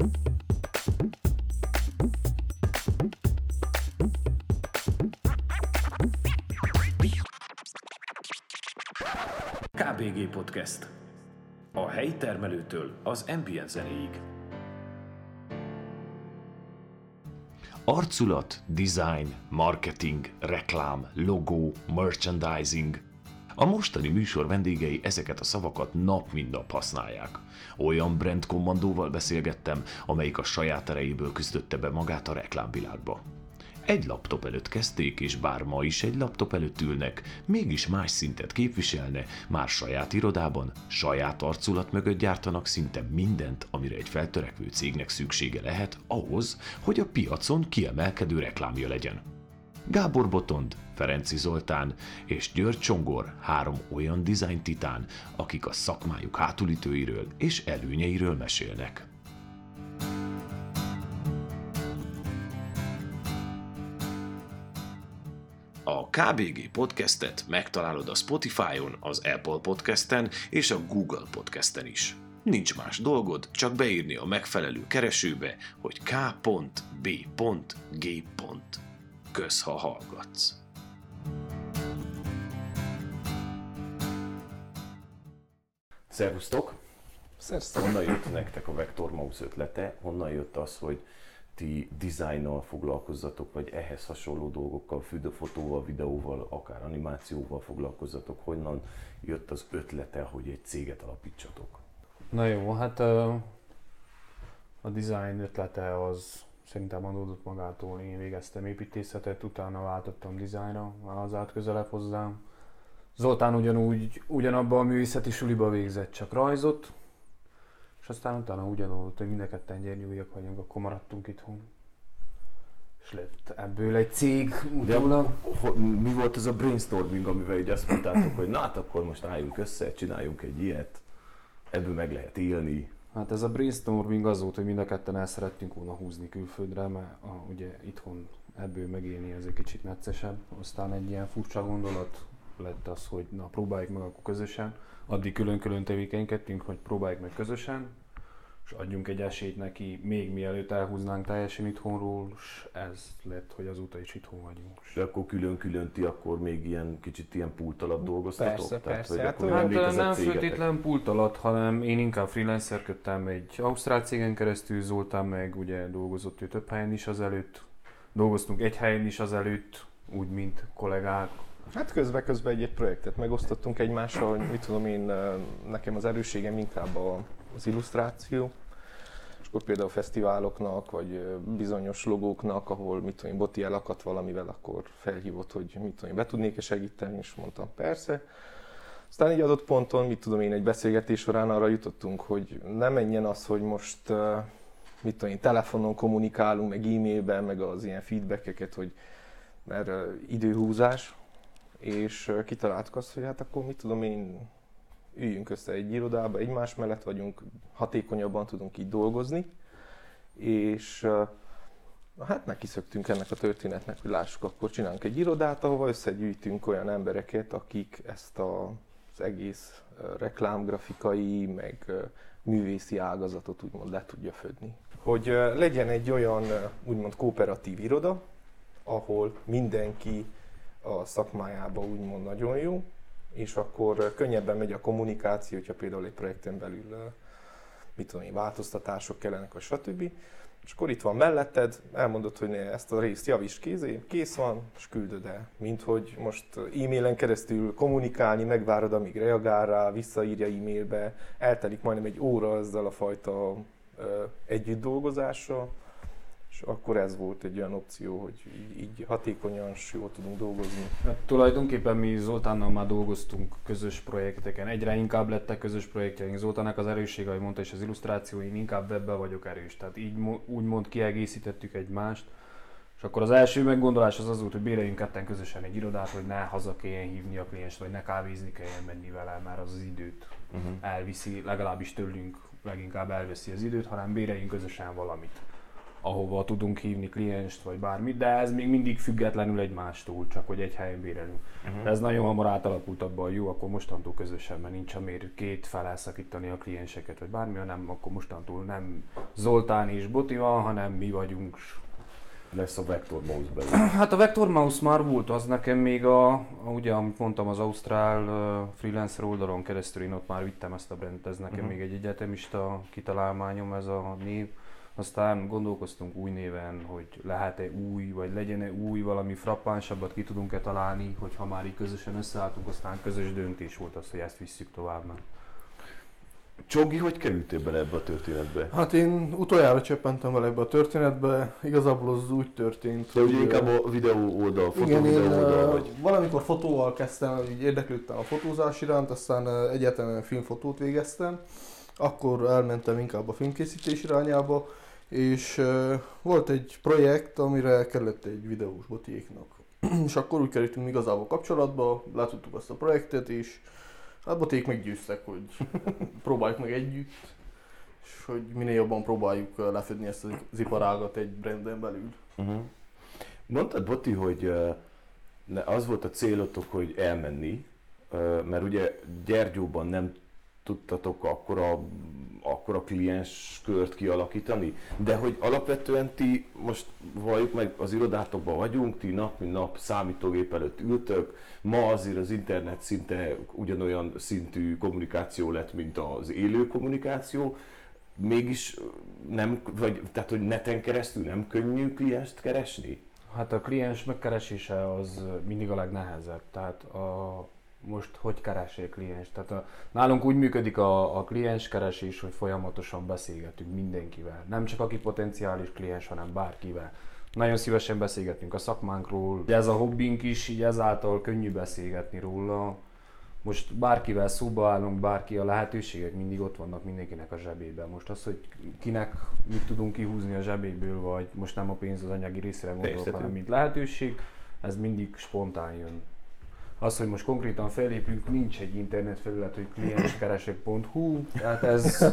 KBG Podcast. A helyi termelőtől az ambient zenéig. Arculat, design, marketing, reklám, logó, merchandising. A mostani műsor vendégei ezeket a szavakat nap mint nap használják. Olyan brand kommandóval beszélgettem, amelyik a saját erejéből küzdötte be magát a reklámvilágba. Egy laptop előtt kezdték, és bár ma is egy laptop előtt ülnek, mégis más szintet képviselne, már saját irodában, saját arculat mögött gyártanak szinte mindent, amire egy feltörekvő cégnek szüksége lehet ahhoz, hogy a piacon kiemelkedő reklámja legyen. Gábor Botond, Ferenczy Zoltán és György Csongor 3 olyan design titán, akik a szakmájuk hátulütőiről és előnyeiről mesélnek. A KBG Podcastet megtalálod a Spotify-on, az Apple Podcasten és a Google Podcasten is. Nincs más dolgod, csak beírni a megfelelő keresőbe, hogy k.b.g. Kösz, ha hallgatsz! Szervusztok! Szervusztok! Honnan jött nektek a Vector Mouse ötlete? Honnan jött az, hogy ti dizájnnal foglalkozzatok, vagy ehhez hasonló dolgokkal, fotóval, videóval, akár animációval foglalkozzatok? Honnan jött az ötlete, hogy egy céget alapítsatok? Na jó, hát a design ötlete az szerintem adódott magától. Én végeztem építészetet, utána váltottam dizájnra, az állt közelebb hozzám. Zoltán ugyanabban a művészeti suliba végzett, csak rajzot. És aztán utána ugyanúgy, hogy mind a ketten gyergyóiak vagyunk, akkor maradtunk itthon. És lett ebből egy cég utólag. Mi volt ez a brainstorming, amivel így azt mondtátok, hogy na hát akkor most álljunk össze, csináljunk egy ilyet, ebből meg lehet élni? Hát ez a brainstorming az volt, hogy mind a ketten el szerettünk volna húzni külföldre, mert ugye itthon ebből megélni ez egy kicsit neccesebb. Aztán egy ilyen furcsa gondolat lett az, hogy na próbáljuk meg akkor közösen. Addig külön-külön tevékenykedtünk, hogy próbáljuk meg közösen, és adjunk egy esélyt neki, még mielőtt elhúznánk teljesen itthonról, és ez lett, hogy azóta is itthon vagyunk. De akkor külön-külön ti akkor még ilyen kicsit ilyen pult alatt dolgoztatok? Persze, tehát, persze. Hogy hát nem feltétlen pult alatt, hanem én inkább freelancerködtem egy ausztrál cégen keresztül, Zoltán meg ugye dolgozott ő több helyen is azelőtt, dolgoztunk egy helyen is azelőtt, úgy mint kollégák. Hát közben egy projektet megosztottunk egymással, hogy mit tudom én, nekem az erősségem inkább az illusztráció, és akkor például fesztiváloknak, vagy bizonyos logóknak, ahol mit tudom én, Boti elakadt valamivel, akkor felhívott, hogy mit tudom én, be tudnék-e segíteni, és mondtam persze. Aztán egy adott ponton, mit tudom én, egy beszélgetés során arra jutottunk, hogy ne menjen az, hogy most mit tudom én, telefonon kommunikálunk, meg e-mailben, meg az ilyen feedbackeket, hogy mert időhúzás, és kitaláltuk azt, hogy hát akkor mit tudom én, üljünk össze egy irodába, egymás mellett vagyunk, hatékonyabban tudunk így dolgozni, és hát nekiszöktünk ennek a történetnek, hogy lássuk, akkor csinálunk egy irodát, ahova összegyűjtünk olyan embereket, akik ezt az egész reklámgrafikai, meg művészi ágazatot úgymond le tudja fedni. Hogy legyen egy olyan úgymond kooperatív iroda, ahol mindenki a szakmájában úgymond nagyon jó, és akkor könnyebben megy a kommunikáció, hogyha például egy projekten belül mit tudom én, változtatások kellenek, vagy stb. És akkor itt van melletted, elmondod, hogy ezt a részt javítsd kész van, és küldöd el. Mint hogy most e-mailen keresztül kommunikálni, megvárod, amíg reagál rá, visszaírja e-mailbe, eltelik majdnem egy óra ezzel a fajta együtt dolgozással, és akkor ez volt egy olyan opció, hogy így hatékonyan és jól tudunk dolgozni. Hát tulajdonképpen mi Zoltánnal már dolgoztunk közös projekteken, egyre inkább lettek közös projektjeink. Zoltánnak az erőssége, ahogy mondta, és az illusztráció, én inkább webben vagyok erős. Tehát így úgymond kiegészítettük egymást. És akkor az első meggondolás az volt, hogy béreljünk ketten közösen egy irodát, hogy ne haza kelljen hívni a klienst, vagy ne kávézni kelljen menni vele, mert az időt elviszi, legalábbis tőlünk leginkább elveszi az időt, hanem béreljünk közösen valamit. ahova tudunk hívni klienst vagy bármit, de ez még mindig függetlenül egymástól, csak hogy egy helyen bérelünk. De ez nagyon hamar átalakult abban, hogy jó, akkor mostantól közösen, mert nincs miért két fel elszakítani a klienseket vagy bármi, hanem akkor mostantól nem Zoltán és Boti van, hanem mi vagyunk. Lesz a Vector Mouse belül. Hát a Vector Mouse már volt, az nekem még ugye, amit mondtam, az ausztrál freelancer oldalon keresztül én ott már vittem ezt a brandet, ez nekem még egy egyetemista kitalálmányom ez a név. Aztán gondolkoztunk új néven, hogy lehet-e új, vagy legyen-e új, valami frappánsabbat ki tudunk-e találni, hogyha már így közösen összeálltunk, aztán közös döntés volt az, hogy ezt visszük tovább. Csogi, hogy kerültél bele ebbe a történetbe? Hát én utoljára csöppentem vele ebbe a történetbe, igazából az úgy történt, de ugye inkább a videó oldal, igen, videó oldal vagy. Valamikor fotóval kezdtem, így érdeklődtem a fotózás iránt, aztán egyetemen filmfotót végeztem, akkor elmentem inkább a filmkészítés irányába, és volt egy projekt, amire kellett egy videós Botiéknak. És akkor úgy kerültünk igazából kapcsolatba, látottuk azt a projektet, és hát Botiék meggyőztek, hogy próbáljuk meg együtt, és hogy minél jobban próbáljuk lefedni ezt az iparágat egy branden belül. Mondtad, Boti, hogy az volt a célotok, hogy elmenni, mert ugye Gyergyóban nem tudtatok akkora klienskört kialakítani, de hogy alapvetően ti most valljuk meg, az irodátokban vagyunk, ti nap mint nap számítógép előtt ültök, ma azért az internet szinte ugyanolyan szintű kommunikáció lett, mint az élő kommunikáció, mégis nem, tehát hogy neten keresztül nem könnyű klienst keresni? Hát a kliens megkeresése az mindig a legnehezebb, tehát most hogy keresél kliens? Tehát nálunk úgy működik a kliens keresés, hogy folyamatosan beszélgetünk mindenkivel. Nem csak aki potenciális kliens, hanem bárkivel. Nagyon szívesen beszélgetünk a szakmánkról. Ez a hobbink is, így ezáltal könnyű beszélgetni róla. Most bárkivel szóba állunk, bárki, a lehetőségek mindig ott vannak mindenkinek a zsebében. Most az, hogy kinek mit tudunk kihúzni a zsebéből, vagy most nem a pénz az anyagi részére gondolok, hanem mint lehetőség, ez mindig spontán jön. Az, hogy most konkrétan fellépünk, nincs egy internetfelület, hogy klienskeresek.hu, tehát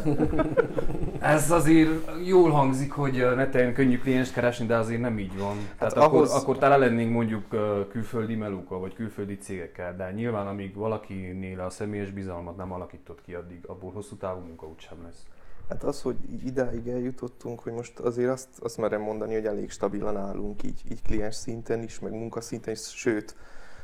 ez azért jól hangzik, hogy neten könnyű klienst keresni, de azért nem így van. Tehát akkor tele lennénk mondjuk külföldi melókkal, vagy külföldi cégekkel, de nyilván amíg valakinél a személyes bizalmat nem alakított ki, addig abból hosszú távú munka úgysem lesz. Hát az, hogy idáig eljutottunk, hogy most azért azt merem mondani, hogy elég stabilan állunk így kliens szinten is, meg munkaszinten is, sőt,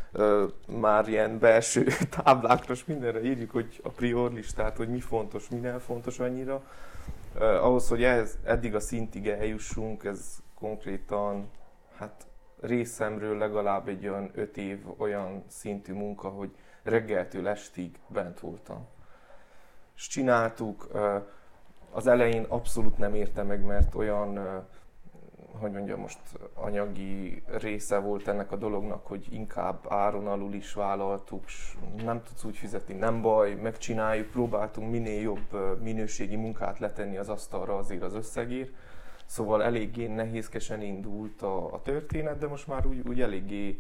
már ilyen belső táblákra mindenre írjuk, hogy a prior listát, hogy mi fontos, mi nem fontos annyira. Ahhoz, hogy eddig a szintig eljussunk, ez konkrétan hát részemről legalább egy olyan 5 év olyan szintű munka, hogy reggeltől estig bent voltam. És csináltuk, az elején abszolút nem érte meg, mert olyan hogy mondjam, most anyagi része volt ennek a dolognak, hogy inkább áron alul is vállaltuk, nem tudsz úgy fizetni, nem baj, megcsináljuk, próbáltunk minél jobb minőségi munkát letenni az asztalra azért az összegért. Szóval eléggé nehézkesen indult a történet, de most már úgy eléggé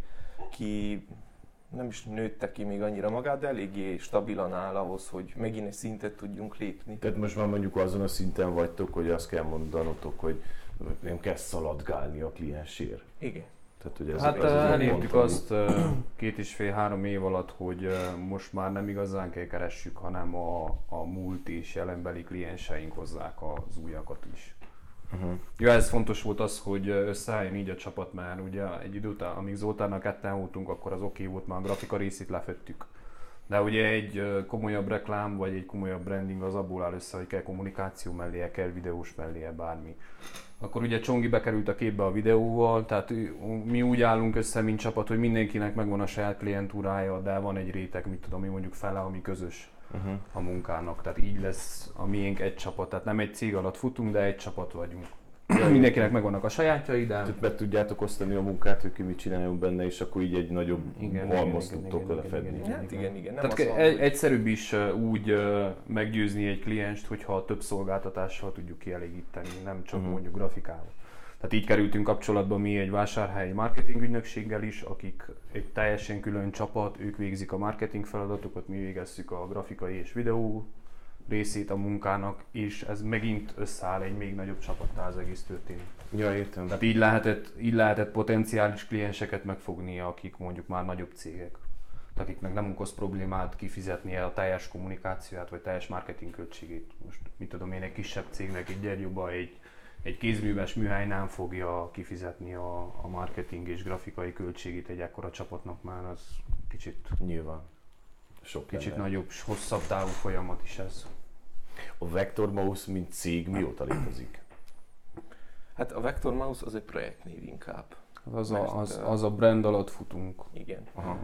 nem is nőtte ki még annyira magát, de eléggé stabilan áll ahhoz, hogy megint egy szintet tudjunk lépni. Tehát most már mondjuk azon a szinten vagytok, hogy azt kell mondanotok, hogy nem kell szaladgálni a kliensért. Igen. Tehát, hogy ez hát elértük azt 2,5-3 év alatt, hogy most már nem igazán kell keressük, hanem a múlt és jelenbeli klienseink hozzák az újakat is. Ja, ez fontos volt az, hogy összeálljon így a csapat, mert ugye egy idő után, amíg Zoltánnal ketten voltunk, akkor az oké volt, már a grafika részét lefettük. De ugye egy komolyabb reklám, vagy egy komolyabb branding az abból áll össze, hogy kell kommunikáció melléje, kell videós melléje, bármi. Akkor ugye Csongi bekerült a képbe a videóval, tehát mi úgy állunk össze, mint csapat, hogy mindenkinek megvan a saját klientúrája, de van egy réteg, mit tudom, mi mondjuk fele, ami közös a munkának. Tehát így lesz a miénk egy csapat, tehát nem egy cég alatt futunk, de egy csapat vagyunk. Mindenkinek megvannak a sajátjai, de... Tehát be tudjátok osztani a munkát, hogy ki mit csináljon benne, és akkor így egy nagyobb halmazt tudtok lefedni. Igen. Tehát egyszerűbb is úgy meggyőzni egy klienst, hogyha több szolgáltatással tudjuk kielégíteni, nem csak mondjuk grafikával. Tehát így kerültünk kapcsolatba mi egy vásárhelyi marketing ügynökséggel is, akik egy teljesen külön csapat, ők végzik a marketing feladatokat, mi végezzük a grafikai és videó részét a munkának, és ez megint összeáll egy még nagyobb csapattá az egész történet. Ja, értem. Tehát így lehetett potenciális klienseket megfogni, akik mondjuk már nagyobb cégek, akiknek nem okoz problémát kifizetnie a teljes kommunikációját, vagy teljes marketing költségét. Most mit tudom én, egy kisebb cégnek, egy Gyergyóba, egy kézműves műhely nem fogja kifizetni a marketing és grafikai költségét egy ekkora csapatnak, már az kicsit Nyilván. Sok kicsit lenne. nagyobb, hosszabb távú folyamat is ez. A Vector Mouse, mint cég mióta létezik? Hát a Vector Mouse az egy projektnév inkább. Az a brand alatt futunk. Igen. Aha.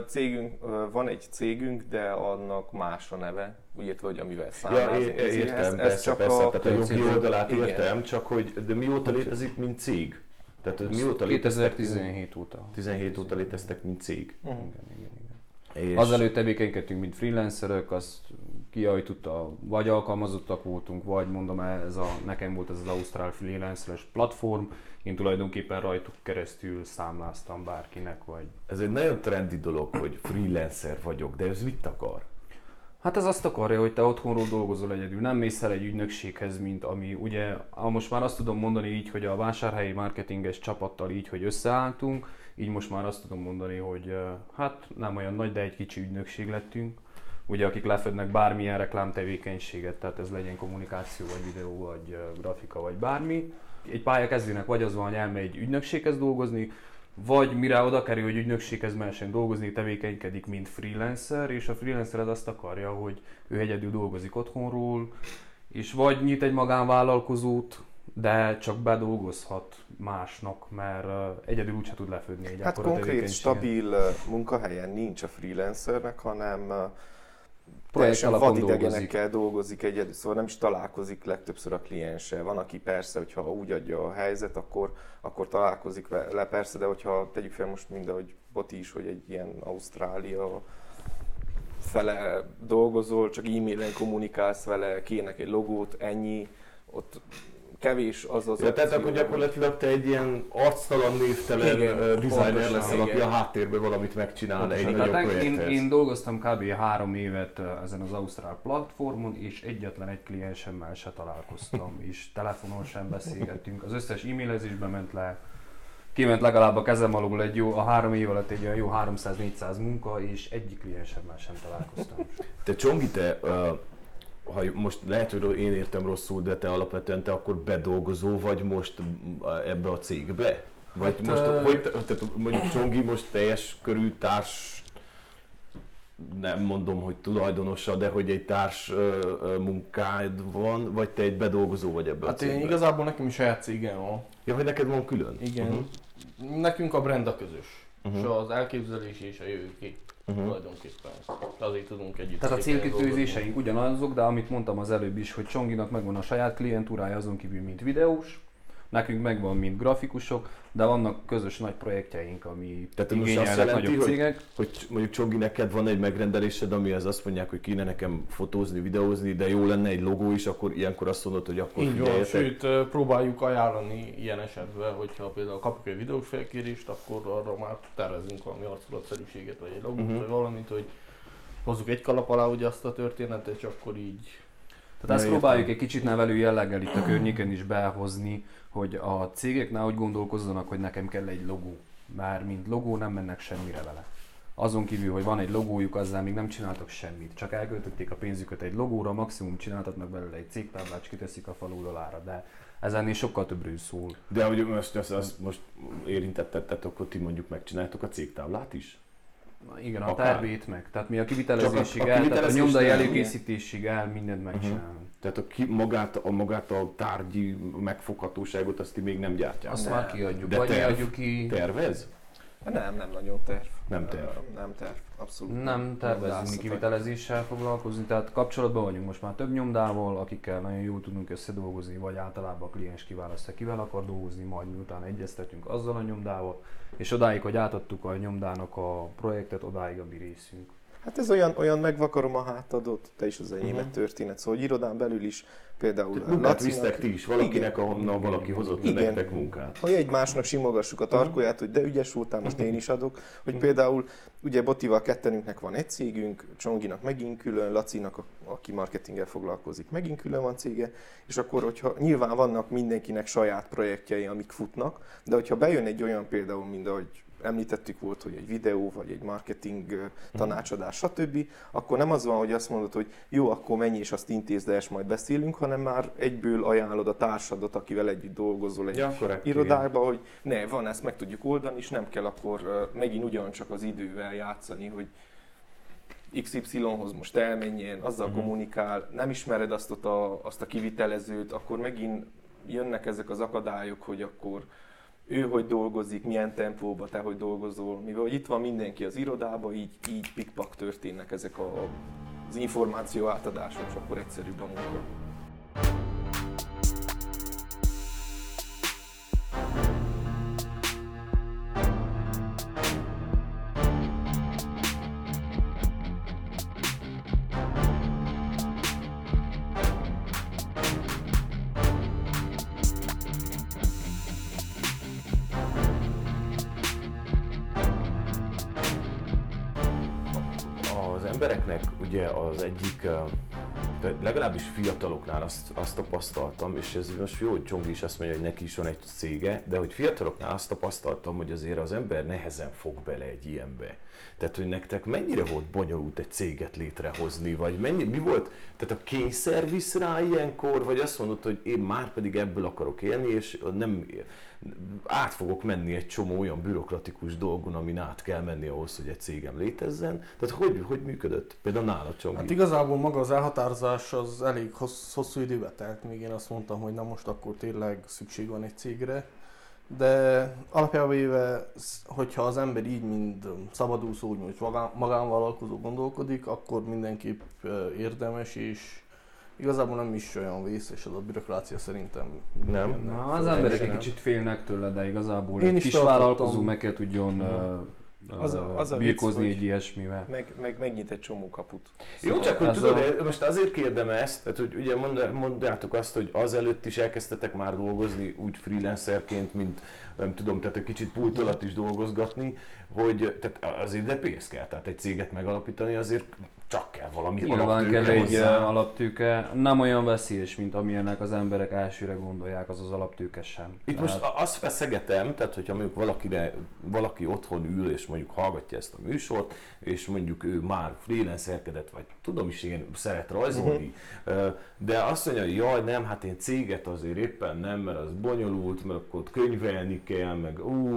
Van egy cégünk, de annak más a neve, úgy értve, hogy amivel Ja, számlázunk. értem, persze, tehát a jogi oldalát értem, csak hogy de mióta létezik, mint cég? Tehát mióta 2017 óta. 17 óta léteztek, mint cég. Igen. És Azelőtt tevékenykedtünk, mint freelancerök, azt kiajtutta, vagy alkalmazottak voltunk, vagy mondom, nekem volt ez az Ausztrál freelanceres platform, én tulajdonképpen rajtuk keresztül számláztam bárkinek, vagy... ez egy nagyon trendi dolog, hogy freelancer vagyok, de ez mit akar? Hát ez azt akarja, hogy te otthonról dolgozol egyedül, nem mész el egy ügynökséghez, mint ami ugye, most már azt tudom mondani így, hogy a vásárhelyi marketinges csapattal így, hogy összeálltunk, így most már azt tudom mondani, hogy hát nem olyan nagy, de egy kicsi ügynökség lettünk, ugye akik lefednek bármilyen reklámtevékenységet, tehát ez legyen kommunikáció, vagy videó, vagy grafika, vagy bármi. Egy pályakezdőnek vagy az van, hogy elmegy egy ügynökséghez dolgozni, vagy mire oda kerül, hogy ügynökséghez mehessen dolgozni, tevékenykedik, mint freelancer, és a freelancer az azt akarja, hogy ő egyedül dolgozik otthonról, és vagy nyit egy magánvállalkozót, de csak bedolgozhat másnak, mert egyedül úgyse tud lefődni egy Hát akkora konkrét, tevékenységet. stabil munkahelyen nincs a freelancernek, hanem Projekt teljesen alapon vadidegenekkel dolgozik egyedül, szóval nem is találkozik legtöbbször a klienssel. Van, aki persze, hogyha úgy adja a helyzet, akkor találkozik vele persze, de hogyha tegyük fel most ahogy Boti is, hogy egy ilyen Ausztrália fele dolgozol, csak e-mailen kommunikálsz vele, kérnek egy logót, ennyi, ott kevés az az Ja, tehát opció, akkor gyakorlatilag te egy ilyen arctalan, névtelen designer pontosan, leszel, aki igen. a háttérben valamit megcsinál egy nagyobb Tehát projekthez. én dolgoztam kb. 3 évet ezen az Ausztrál platformon, és egyetlen egy kliensemmel se találkoztam, és telefonon sem beszélgettünk. Az összes e-mailezésbe ment le, kiment legalább a kezem alól a 3 év alatt egy olyan jó 300-400 munka, és egyik kliensemmel sem találkoztam. Te Csongi, ha most lehet, hogy én értem rosszul, de te alapvetően te akkor bedolgozó vagy most ebbe a cégbe? Vagy Hát, most, tehát mondjuk Csongi most teljes körű társ, nem mondom, hogy tulajdonosa, de hogy egy társ munkád van, vagy te egy bedolgozó vagy ebbe a Hát cégbe? én igazából nekem is saját cégem van. Ja, hogy neked van külön? Igen. Nekünk a brand a közös. És az elképzelés és a jövőkép tulajdonképpen. Azért tudunk együtt. Tehát a szépen célkitűzéseink ugyanazok, de amit mondtam az előbb is, hogy Csonginak megvan a saját klientúrája azon kívül, mint videós, nekünk megvan, mint grafikusok, de vannak közös nagy projektjeink, ami Tehát most azt igényelnek jelenti, nagyobb cégek. hogy mondjuk Csongi, neked van egy megrendelésed, amihez azt mondják, hogy kéne nekem fotózni, videózni, de jó lenne egy logó is, akkor ilyenkor azt mondod, hogy akkor Így van, figyeljetek. sőt próbáljuk ajánlani ilyen esetben, hogyha például kapjuk egy videós felkérést, akkor arra már tervezünk valami arculatszerűséget, vagy egy logót, vagy valamit, hogy hozzuk egy kalap alá ugye azt a történetet, és akkor így. Tehát ezt próbáljuk egy kicsit nevelő jelleggel itt a környéken is behozni, hogy a cégek nehogy gondolkozzanak, hogy nekem kell egy logó. Már mint logó nem mennek semmire vele. Azon kívül, hogy van egy logójuk, azzal még nem csináltak semmit. Csak elköltötték a pénzüket egy logóra, maximum csináltatnak belőle egy cégtáblát, kiteszik a fal oldalára, de ez ennél sokkal többről szól. De hogy most érintettetek, akkor ti mondjuk megcsináltok a cégtáblát is? Na igen, a Akár. tervét meg. Tehát mi a kivitelezésig Csak a el, tehát a kivitelezés nyomdai nem, előkészítésig el, mindent megcsinálunk. Tehát magát a tárgyi megfoghatóságot azt ti még nem gyártják. Azt már kiadjuk, De vagy mi terv? adjuk ki. Tervez? Nem nagyon terv. Nem terv. Nem terv, abszolút. Nem tervezünk mi Látszatok. kivitelezéssel foglalkozni, tehát kapcsolatban vagyunk most már több nyomdával, akikkel nagyon jól tudunk összedolgozni, vagy általában a kliens kiválasztja, kivel akar dolgozni, majd miután egyeztetünk azzal a nyomdával, és odáig, hogy átadtuk a nyomdának a projektet, odáig a mi részünk. Hát ez olyan megvakarom a hátadot, te is az enyémet történet, szóval hogy irodán belül is például munkát visztek ti is valakinek, ahonnan valaki hozott nektek munkát. Hogy egymásnak simogassuk a tarkóját, hogy de ügyes voltál, most én is adok, hogy például ugye Botival kettenünknek van egy cégünk, Csonginak megint külön, Lacinak, aki marketinggel foglalkozik, megint külön van cége, és akkor, hogyha nyilván vannak mindenkinek saját projektjei, amik futnak, de hogyha bejön egy olyan például, mint ahogy említettük volt, hogy egy videó, vagy egy marketing tanácsadás, stb., akkor nem az van, hogy azt mondod, hogy jó, akkor menj és azt intézd el, és majd beszélünk, hanem már egyből ajánlod a társadat, akivel együtt dolgozol egy irodába, hogy ne, van, ezt meg tudjuk oldani, és nem kell akkor megint ugyancsak az idővel játszani, hogy XY-hoz most elmenjen, azzal kommunikál, nem ismered azt a kivitelezőt, akkor megint jönnek ezek az akadályok, hogy akkor ő hogy dolgozik, milyen tempóban, te hogy dolgozol, mivel itt van mindenki az irodában, így pikpak történnek ezek az információ átadások, és akkor egyszerűbb a munka. Embereknek ugye az egyik, legalábbis fiataloknál azt tapasztaltam, és ez most jó, hogy Csongi is azt mondja, hogy neki is van egy cége, de hogy fiataloknál azt tapasztaltam, hogy azért az ember nehezen fog bele egy ilyenbe. Tehát, hogy nektek mennyire volt bonyolult egy céget létrehozni, vagy mi volt, tehát a kényszer visz rá ilyenkor, vagy azt mondod, hogy én már pedig ebből akarok élni, és nem át fogok menni egy csomó olyan bürokratikus dolgon, amin át kell menni ahhoz, hogy egy cégem létezzen. Tehát hogy működött? Például nálad, Csongi? Hát igazából maga az elhatározás az elég hosszú időbe telt, míg én azt mondtam, hogy na most akkor tényleg szükség van egy cégre. De alapjában véve, hogyha az ember így, mint szabadúszó, úgy magánvállalkozó gondolkodik, akkor mindenképp érdemes, és igazából nem is olyan vészes az a bürokrácia szerintem. Nem? Na, az emberek egy kicsit félnek tőle, de igazából én egy kis vállalkozó meg kell tudjon birkózni vicc, egy ilyesmivel. Megnyit egy csomó kaput. Jó, csak hogy tudod, most azért kérdem ezt, tehát, hogy ugye mondjátok azt, hogy azelőtt is elkezdtetek már dolgozni úgy freelancerként, mint nem tudom, tehát egy kicsit pult alatt is dolgozgatni, hogy tehát azért de pénz kell, tehát egy céget megalapítani azért csak kell valami nyilván kell egy alaptőke, nem olyan veszélyes, mint amilyennek az emberek elsőre gondolják, az alaptőke sem. Itt most azt feszegetem, tehát hogyha mondjuk valaki otthon ül és mondjuk hallgatja ezt a műsort, és mondjuk ő már freelancerkedett, vagy tudom is, én szeret rajzolni, de azt mondja, hogy jaj nem, hát én céget azért éppen nem, mert az bonyolult, mert akkor könyvelni kell, meg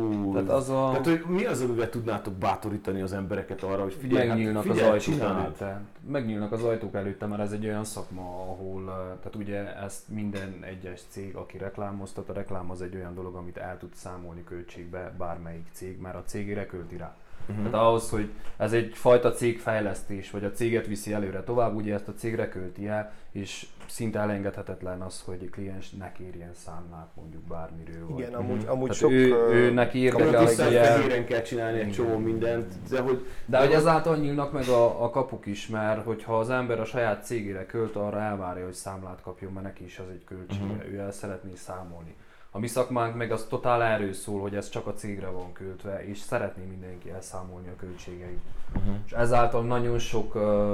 tehát hogy mi az, amivel tudnátok bátorítani az embereket arra, hogy megnyílnak az ajtók előtte. Megnyílnak az ajtók előtte, mert ez egy olyan szakma, ahol, tehát ugye ezt minden egyes cég, aki reklámoztat, a reklám az egy olyan dolog, amit el tud számolni költségbe bármelyik cég, mert a cégére költi rá. Tehát ahhoz, hogy ez egyfajta cégfejlesztés, vagy a céget viszi előre tovább, ugye ezt a cégre költi el, és szinte elengedhetetlen az, hogy a kliens ne kérjen számlát mondjuk bármiről. Igen, amúgy sok... sok... Ő neki érdekel, hogy fehéren kell csinálni egy csomó mindent, de hogy ezáltal nyílnak meg a kapuk is, mert hogyha az ember a saját cégére költ, arra elvárja, hogy számlát kapjon, mert neki is az egy költsége, ő el szeretné számolni. A mi szakmánk meg az totál erről szól, hogy ez csak a cégre van költve, és szeretné mindenki elszámolni a költségeit. És ezáltal nagyon sok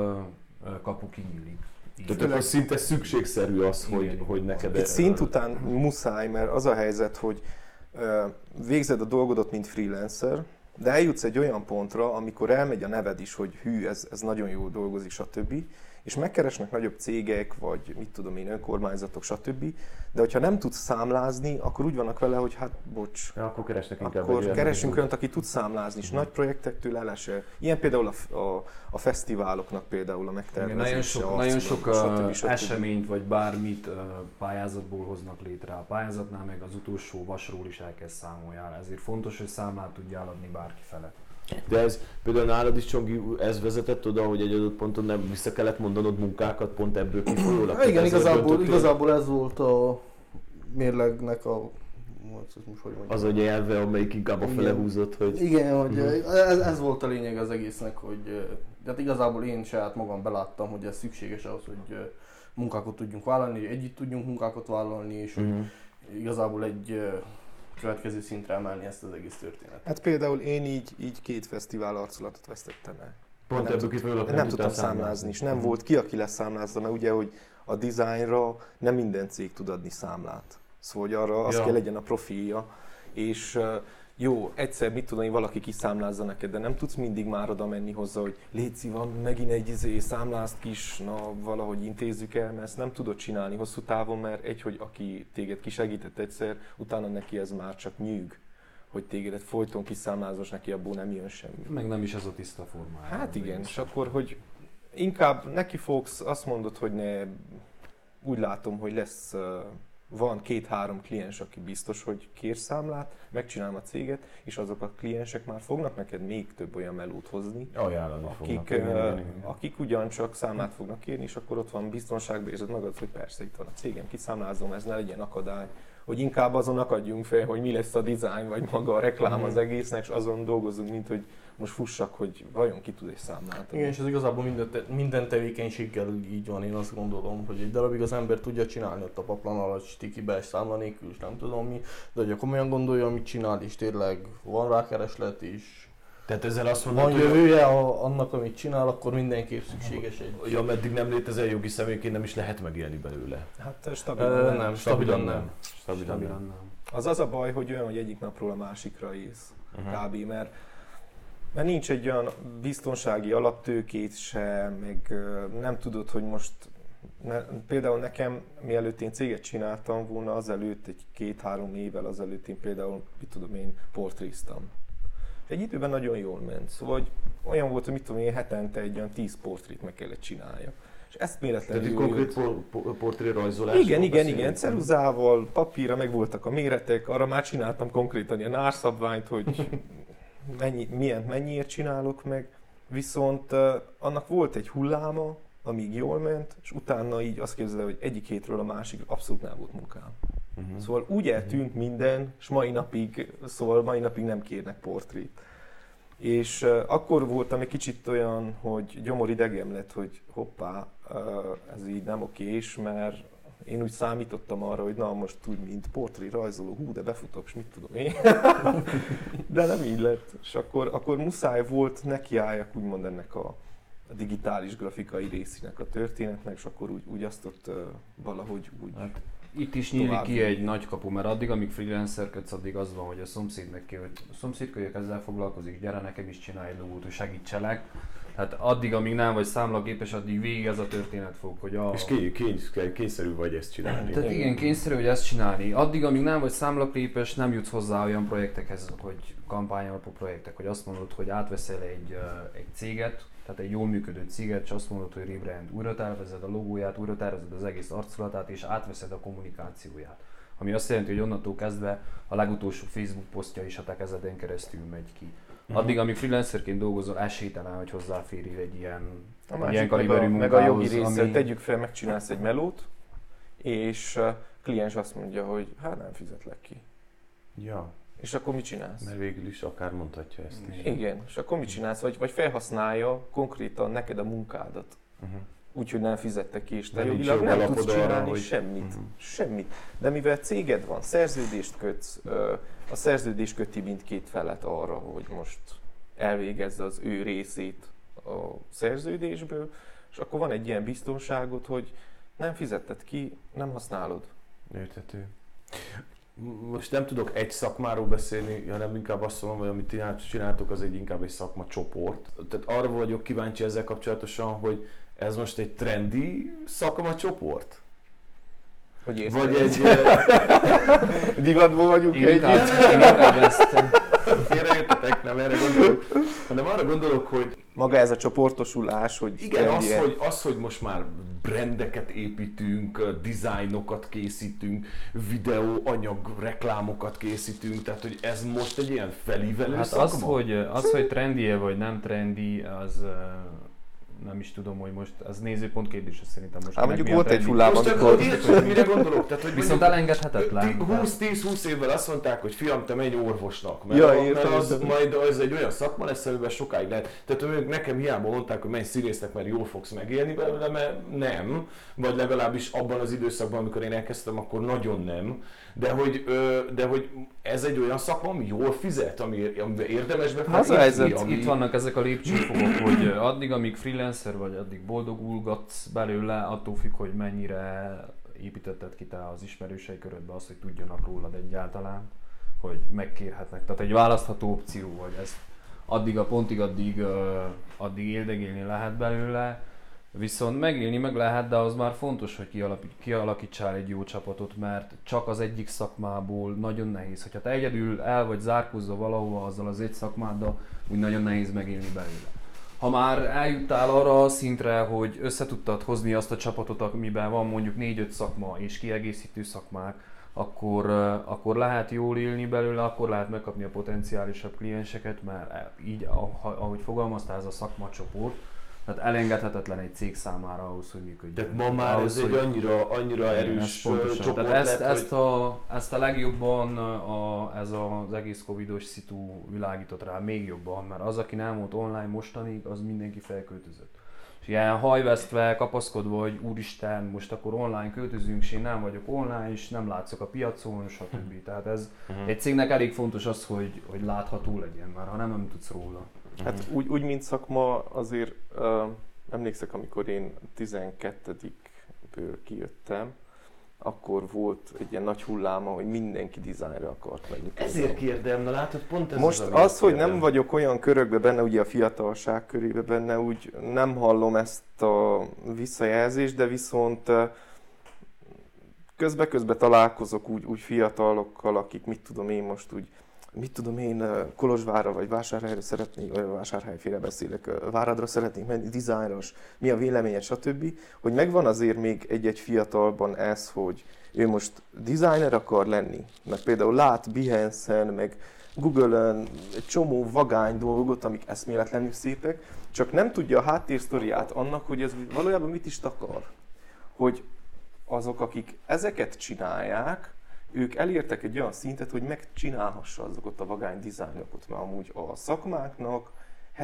kapu kinyílik. Tehát akkor szinte szükségszerű az, hogy neked... Egy szint után muszáj, mert az a helyzet, hogy végzed a dolgodat, mint freelancer, de eljutsz egy olyan pontra, amikor elmegy a neved is, hogy hű, ez nagyon jól dolgozik, stb. És megkeresnek nagyobb cégek, vagy mit tudom én, önkormányzatok, stb. De hogyha nem tudsz számlázni, akkor úgy vannak vele, hogy hát bocs, ja, akkor keresnek inkább akkor keresünk olyat, aki tud számlázni, és nagy projektektől elesel. Ilyen például a fesztiváloknak például a megtervezése. Nagyon sok eseményt vagy bármit pályázatból hoznak létre. A pályázatnál meg az utolsó vasról is el kell számoljál, ezért fontos, hogy számlát tudjál adni bárki fele. De ez például nálad is, Csongi, ez vezetett oda, hogy egy adott ponton nem vissza kellett mondanod munkákat, pont ebből kifolyólag? Igen, igazából ez volt a mérlegnek a most hogy mondjam. Az a nyelve, amelyik inkább a fele húzott, hogy... Igen, hogy ez volt a lényeg az egésznek, hogy tehát igazából én saját magam beláttam, hogy ez szükséges ahhoz, hogy munkákat tudjunk vállalni, hogy együtt tudjunk munkákat vállalni, és hogy igazából egy következő szintre emelni ezt az egész történetet. Hát például én így 2 fesztivál arculatot vesztettem el. Pont ebből kifolyólag nem tudtam számlázni, és nem volt ki, aki leszámlázza, mert ugye, hogy a dizájnra nem minden cég tud adni számlát. Szóval hogy arra az kell legyen a profilja, és jó, egyszer mit tudom én, valaki kiszámlázza neked, de nem tudsz mindig már oda menni hozzá, hogy léci, van megint egy számlázt kis, na valahogy intézzük el, mert ezt nem tudod csinálni hosszú távon, mert hogy aki téged kisegített egyszer, utána neki ez már csak nyűg, hogy tégedet folyton kiszámlázos, neki abból nem jön semmi. Meg nem is ez a tiszta formája. Hát igen, és akkor, hogy inkább neki fogsz, azt mondod, hogy ne, úgy látom, hogy lesz, van 2-3 kliens, aki biztos, hogy kér számlát, megcsinálom a céget, és azok a kliensek már fognak neked még több olyan melót hozni, akik ugyancsak számlát fognak kérni, és akkor ott van biztonságban érzed magad, hogy persze itt van a cégem, kiszámlázom, ez ne legyen akadály, hogy inkább azon akadjunk fel, hogy mi lesz a design, vagy maga a reklám az egésznek, és azon dolgozunk, mint hogy most fussak, hogy vajon ki tud egy számlát. Igen, és ez igazából minden tevékenységgel így van, én azt gondolom, hogy egy darabig az ember tudja csinálni ott a paplan alatt, stikibe, és számla nélkül, és nem tudom mi, de hogyha komolyan gondolja, amit csinál, és tényleg van rá kereslet, és tehát ezzel azt mondod, van jövője annak, amit csinál, akkor mindenképp szükséges egy... Ja, ameddig nem létezel jogi személyként, nem is lehet megélni belőle. Hát stabilan nem. Stabilan nem. Az a baj, hogy olyan, hogy egyik napról a másikra ész, kb. Mert nincs egy olyan biztonsági alaptőkét se, meg nem tudod, hogy most... Például nekem, mielőtt én céget csináltam volna, azelőtt, egy 2-3 évvel azelőtt én például, mit tudom én, portréztam. Egy időben nagyon jól ment, szóval hogy olyan volt, hogy mit tudom én, hetente egy olyan 10 portrét meg kellett csinálja. És ezt véletlenül jól konkrét portrérajzolás. Igen, ceruzával, papírra meg voltak a méretek, arra már csináltam konkrétan ilyen árszabványt, hogy mennyiért csinálok meg. Viszont annak volt egy hulláma, amíg jól ment, és utána így azt képzelem, hogy egyik hétről a másikra abszolút nem volt munkám. Szóval úgy eltűnt minden, és mai napig nem kérnek portrét. És akkor voltam egy kicsit olyan, hogy gyomoridegem lett, hogy hoppá, ez így nem okés, mert én úgy számítottam arra, hogy na most úgy, mint portré rajzoló, de befutok, és mit tudom én. De nem így lett. És akkor muszáj volt nekiálljak úgymond ennek a digitális grafikai részének a történetnek, és akkor úgy azt ott valahogy úgy... Hát, itt is nyílik ki egy nagy kapu, mert addig, amíg freelancerkedsz, addig az van, hogy a szomszéd meg ki, hogy a szomszédkölyök ezzel foglalkozik, gyere nekem is csinálj egy logót, hogy segítselek. Hát addig, amíg nem vagy számlaképes, addig végig ez a történet fog, hogy És kényszerű vagy ezt csinálni. Tehát igen, kényszerű, hogy ezt csinálni. Addig, amíg nem vagy számlaképes, nem jutsz hozzá olyan projektekhez, hogy kampányalapú projektek, hogy azt mondod, hogy átveszel egy céget, tehát egy jól működő céget, és azt mondod, hogy rebrand, újra tervezed a logóját, újra tervezed az egész arculatát, és átveszed a kommunikációját. Ami azt jelenti, hogy onnantól kezdve a legutolsó Facebook posztja is a te kezeden keresztül megy ki. Addig, amíg freelancerként dolgozol, esélytelen, hogy hozzáférjél egy ilyen kaliberű munkához. Meg a jogi része, tegyük fel, megcsinálsz egy melót, és a kliens azt mondja, hogy hát nem fizetlek ki. Ja. És akkor mit csinálsz? Mert végül is akár mondhatja ezt is. Igen, és akkor mit csinálsz? Vagy felhasználja konkrétan neked a munkádat. Úgyhogy nem fizettek ki, és te jogilag nem tudsz csinálni semmit. Semmit. De mivel céged van, szerződést kötsz, a szerződés köti mindkét felet arra, hogy most elvégezze az ő részét a szerződésből, és akkor van egy ilyen biztonságot, hogy nem fizetted ki, nem használod. Érthető. Most nem tudok egy szakmáról beszélni, hanem inkább azt mondom, hogy amit csináltok, az inkább egy szakmacsoport. Tehát arra vagyok kíváncsi ezzel kapcsolatosan, hogy ez most egy trendi szakmacsoport? Vagy egy... Divatból vagyunk együtt. Félreértetek, nem erre gondolok, hanem arra gondolok, hogy... Maga ez a csoportosulás, hogy... Igen, az, hogy most már brandeket építünk, dizájnokat készítünk, videó, anyag, reklámokat készítünk, tehát hogy ez most egy ilyen felívelő szakma? Az, hogy trendi-e vagy nem trendi, az nem is tudom, hogy most ez nézőpont kérdése szerintem most. Mondjuk volt egy hullám, amikor... Most mire gondolok? Tehát, hogy viszont elengedhetetlen. 20-20 évvel azt mondták, hogy fiam, te menj orvosnak, mert az majd az egy olyan szakma lesz, amiben sokáig lehet. Tehát nekem hiába mondták, hogy menj színésznek, mert jól fogsz megélni belőle, mert nem. Vagy legalábbis abban az időszakban, amikor én elkezdtem, akkor nagyon nem. De hogy ez egy olyan szakma, ami jól fizet, ami érdemes befektetni. Itt vannak ezek a lépcsőfokok, hogy addig, amíg freelancer vagy, addig boldogulgatsz belőle, attól függ, hogy mennyire építetted ki te az ismerősei körödbe azt, hogy tudjanak rólad egyáltalán, hogy megkérhetnek. Tehát egy választható opció, hogy ezt addig a pontig, addig éldegélni lehet belőle, viszont megélni meg lehet, de az már fontos, hogy kialakítsál egy jó csapatot, mert csak az egyik szakmából nagyon nehéz. Hogyha te egyedül el vagy zárkózva valahova azzal az egy szakmáddal, úgy nagyon nehéz megélni belőle. Ha már eljuttál arra a szintre, hogy összetudtad hozni azt a csapatot, amiben van mondjuk 4-5 szakma és kiegészítő szakmák, akkor lehet jól élni belőle, akkor lehet megkapni a potenciálisabb klienseket, mert így, ahogy fogalmaztál, ez a szakmacsoport, tehát elengedhetetlen egy cég számára ahhoz, hogy működjön. Tehát ma már ahhoz, ez egy annyira erős csoport tehát ezt a legjobban ez az egész covidos szitu világított rá még jobban, mert az, aki nem volt online mostanig, az mindenki felköltözött. És ilyen hajvesztve, kapaszkodva, hogy úristen, most akkor online költözünk, és én nem vagyok online, és nem látszok a piacon, stb. Tehát ez egy cégnek elég fontos az, hogy látható legyen, mert ha nem tudsz róla. Hát úgy mint szakma azért emlékszek, amikor én 12-ből kijöttem, akkor volt egy ilyen nagy hulláma, hogy mindenki dizájnra akart menni. Ezért kérdem, na látod, pont ez most az hogy nem vagyok olyan körökben benne, ugye a fiatalság körében benne, úgy nem hallom ezt a visszajelzést, de viszont közbe-közbe találkozok úgy fiatalokkal, akik Kolozsvárra vagy Vásárhelyre szeretnék, vagy Vásárhelyfélre beszélek, Váradra szeretnék menni, dizájnos, mi a véleményed, stb. Hogy megvan azért még egy-egy fiatalban ez, hogy ő most designer akar lenni, mert például lát Behance-en, meg Google-ön egy csomó vagány dolgot, amik eszméletlenül szépek, csak nem tudja a háttérsztoriát annak, hogy ez valójában mit is takar. Hogy azok, akik ezeket csinálják, ők elértek egy olyan szintet, hogy megcsinálhassa azokat a vagány dizájnokat, mert amúgy a szakmáknak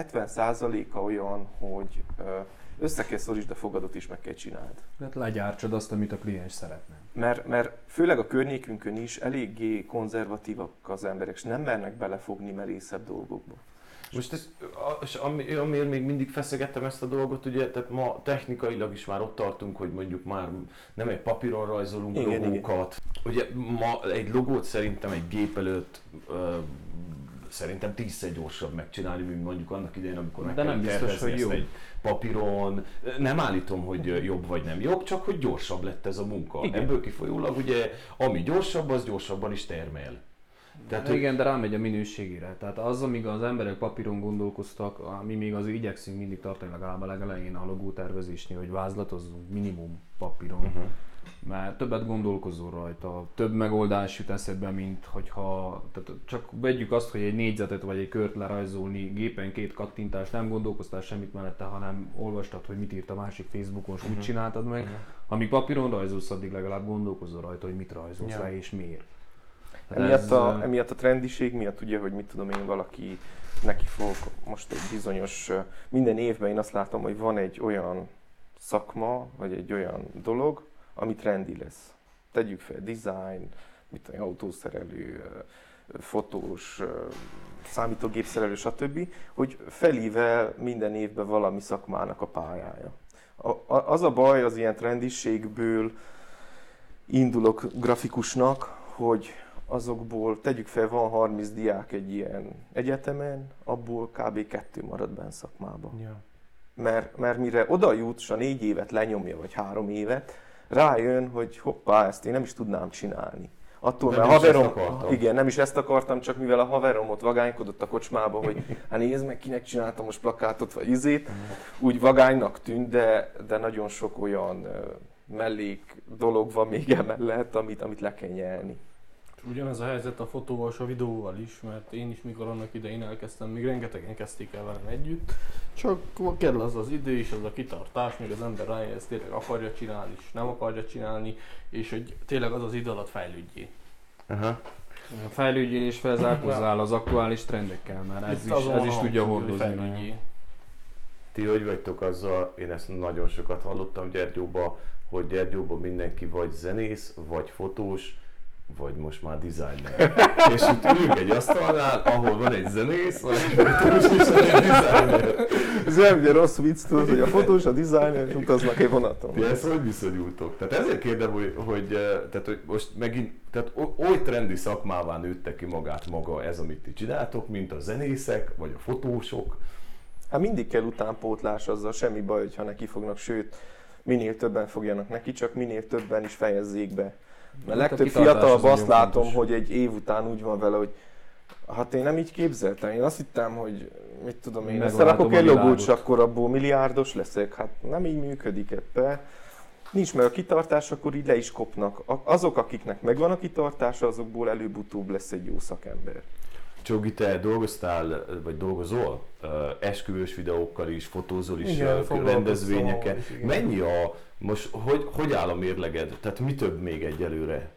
70%-a olyan, hogy össze kell szorítsd a fogadot is meg kell csináld. Hát legyártsad azt, amit a kliens szeretne. Mert főleg a környékünkön is eléggé konzervatívak az emberek, és nem mernek belefogni merészebb dolgokba. Most amiért még mindig feszegettem ezt a dolgot, ugye, tehát ma technikailag is már ott tartunk, hogy mondjuk már nem egy papíron rajzolunk logókat. Ugye ma egy logót szerintem egy gép előtt szerintem 10-szer gyorsabb megcsinálni, mint mondjuk annak idején, amikor meg kell tervezni ezt egy papíron. Nem állítom, hogy jobb vagy nem jobb, csak hogy gyorsabb lett ez a munka. Igen. Ebből kifolyólag ugye, ami gyorsabb, az gyorsabban is termel. Tehát, igen, de rámegy a minőségére. Tehát az, amíg az emberek papíron gondolkoztak, mi még azért igyekszünk mindig tartani legalább a legelején a logótervezésnél, hogy vázlatozzunk minimum papíron. Mert többet gondolkozol rajta, több megoldás jut eszedbe, mint hogyha tehát csak vegyük azt, hogy egy négyzetet vagy egy kört lerajzolni gépen 2 kattintás, nem gondolkoztál semmit mellette, hanem olvastad, hogy mit írt a másik Facebookon, és úgy csináltad meg. Amíg papíron rajzolsz, addig legalább gondolkozol rajta, hogy mit rajzolsz rá és miért. Emiatt a trendiség miatt ugye, hogy mit tudom én, valaki neki fog most egy bizonyos, minden évben én azt látom, hogy van egy olyan szakma, vagy egy olyan dolog, ami trendi lesz. Tegyük fel, design, mit tudom, autószerelő, fotós, számítógépszerelő, stb., hogy felível minden évben valami szakmának a pályája. Az a baj az ilyen trendiségből indulok grafikusnak, hogy azokból, tegyük fel, van 30 diák egy ilyen egyetemen, abból kb. 2 marad benne szakmában. Ja. Mert mire oda jut, és a 4 évet lenyomja, vagy 3 évet, rájön, hogy hoppá, ezt én nem is tudnám csinálni. Attól, mert haverom, igen, nem is ezt akartam, csak mivel a haverom ott vagánykodott a kocsmába, hogy hát nézd meg, kinek csináltam most plakátot, vagy izét, úgy vagánynak tűnt, de nagyon sok olyan mellék dolog van még emellett, amit le kell nyelni. Ugyanez a helyzet a fotóval és a videóval is, mert én is mikor annak idején elkezdtem, még rengetegen kezdték el velem együtt, csak kell az idő és az a kitartás, még az ember rájön, ezt tényleg akarja csinálni és nem akarja csinálni, és hogy tényleg az idő alatt fejlődjél. Aha. Fejlődjél és felzárkózzál az aktuális trendekkel, mert ez is tudja hordozni. Ti hogy vagytok azzal, én ezt nagyon sokat hallottam Gyergyóba, hogy Gyergyóban mindenki vagy zenész, vagy fotós, vagy most már designer. És itt ülünk egy asztalnál, ahol van egy zenész, vagy egy fotós és egy designer. Ez nem ugye rossz vicc, tudod, hogy a fotós, a designer utaznak egy vonaton. Ti ezt hogy viszonyultok? Tehát ezért kérdem, hogy most megint, tehát oly trendi szakmává nőtte ki magát maga ez, amit ti csináltok, mint a zenészek, vagy a fotósok. Hát mindig kell utánpótlás, azzal semmi baj, hogyha neki fognak, sőt, minél többen fogjanak neki, csak minél többen is fejezzék be. Mert legtöbb fiatalban azt látom, fontos, hogy egy év után úgy van vele, hogy hát én nem így képzeltem, én azt hittem, hogy mit tudom én, összerakok egy logót, és akkor abból milliárdos leszek, hát nem így működik ebbe. Nincs meg a kitartás, akkor így le is kopnak. Azok, akiknek megvan a kitartása, azokból előbb-utóbb lesz egy jó szakember. Csogi, te dolgoztál, vagy dolgozol esküvős videókkal is, fotózol is, igen, rendezvényeken. Mennyi most hogy áll a mérleged? Tehát mi több még egyelőre?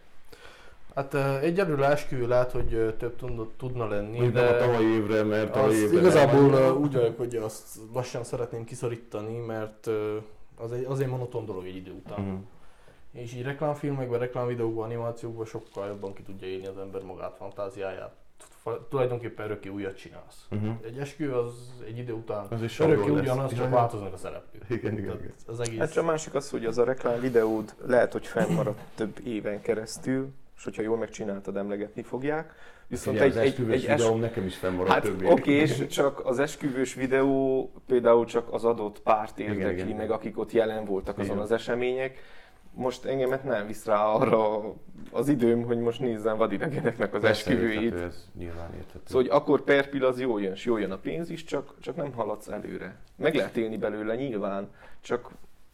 Hát egyelőre esküvő lehet, hogy több tudna lenni, de a tavalyi évre, mert tavalyi évre igazából úgy vagyok, hogy azt lassan szeretném kiszorítani, mert az egy monoton dolog egy idő után. Uh-huh. És így reklámfilmekben, reklámvideókban, animációkban sokkal jobban ki tudja élni az ember magát, fantáziáját. Tulajdonképpen örökké újat csinálsz. Uh-huh. Egy esküvő az egy idő után örökké ugyanaz, csak változnak a szereplők. Igen. Az egész... Hát a másik az, hogy az a reklám videód lehet, hogy fennmaradt több éven keresztül, és hogyha jól megcsináltad, emlegetni fogják. Viszont egy esküvős videóm nekem is fennmaradt hát, több éven. Oké, és csak az esküvős videó például csak az adott párt érdekli meg, akik ott jelen voltak azon az események. Most engemet nem visz rá arra az időm, hogy most nézzem vadidegeneknek az esküvőjét. Ez nyilván érthető. Szóval, hogy akkor per pill az jól jön, és jól jön a pénz is, csak nem haladsz előre. Meg lehet élni belőle nyilván, csak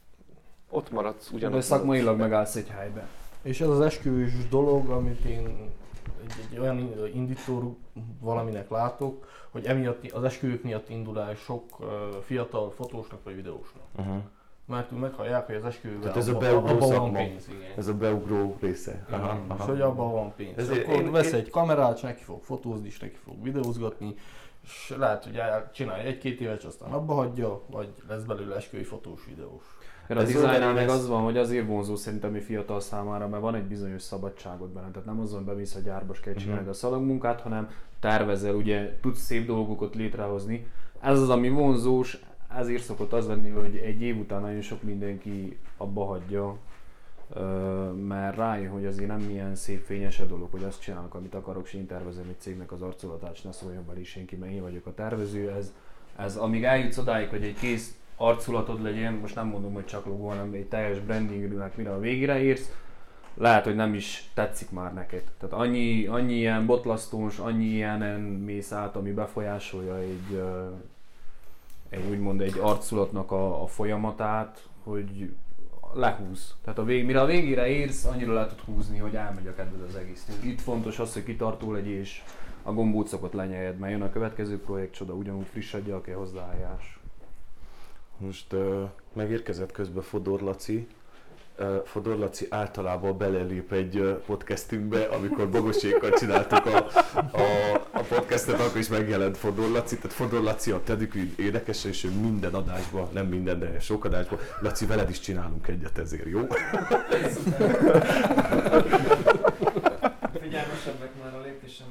ott maradsz ugyanaz. De szakmailag megállsz egy helyben. És ez az esküvős dolog, amit én egy olyan indító valaminek látok, hogy emiatt az esküvők miatt indul el sok fiatal fotósnak vagy videósnak. Uh-huh. Mert meghallják, hogy az esküvőben abban van pénz. Igen. Ez a beugró része. És hogy abban van pénz. Ezért akkor vesz egy kamerát, és neki fog fotózni, és neki fog videózgatni, és lehet, hogy csinálja egy-két évet, és aztán abba hagyja, vagy lesz belőle esküvői fotós, videós. A dizájnál meg az van, hogy azért vonzó szerintem a fiatal számára, mert van egy bizonyos szabadságod benne. Tehát nem azon bemész a gyárba, és kell csinálni a szalagmunkát, hanem tervezel, ugye tudsz szép dolgokat létrehozni. Ez az, ami vonzós, ezért szokott az lenni, hogy egy év után nagyon sok mindenki abba hagyja, mert rájön, hogy azért nem ilyen szép fényes a dolog, hogy azt csinálok, amit akarok, és én tervezem egy cégnek az arculatát, és ne szóljon belé senki, mert én vagyok a tervező. Ez amíg eljutsz odáig, hogy egy kész arculatod legyen, most nem mondom, hogy csak logó, hanem egy teljes brandingnek mire a végére érsz, lehet, hogy nem is tetszik már neked. Tehát annyi ilyen botlasztós, annyi ilyenen mész át, ami befolyásolja egy arculatnak a folyamatát, hogy lehúz. Tehát mire a végére érsz, annyira le tud húzni, hogy elmegy a kedved az egész. Itt fontos az, hogy kitartó legyél, és a gombócokot lenyeljed, mert jön a következő projekt, csoda, ugyanúgy friss adja, aki hozzáállás. Most megérkezett közben Fodor Laci. Fodor Laci általában belelép egy podcastünkbe, amikor Bogosékkal csináltuk a podcastet, akkor is megjelent Fodor Laci. Tehát Fodor Laci a Tedükű énekes, és ő minden adásban, nem minden, de sok adásban. Laci, veled is csinálunk egyet ezért, jó? Figyelmesebbek már a lépésem.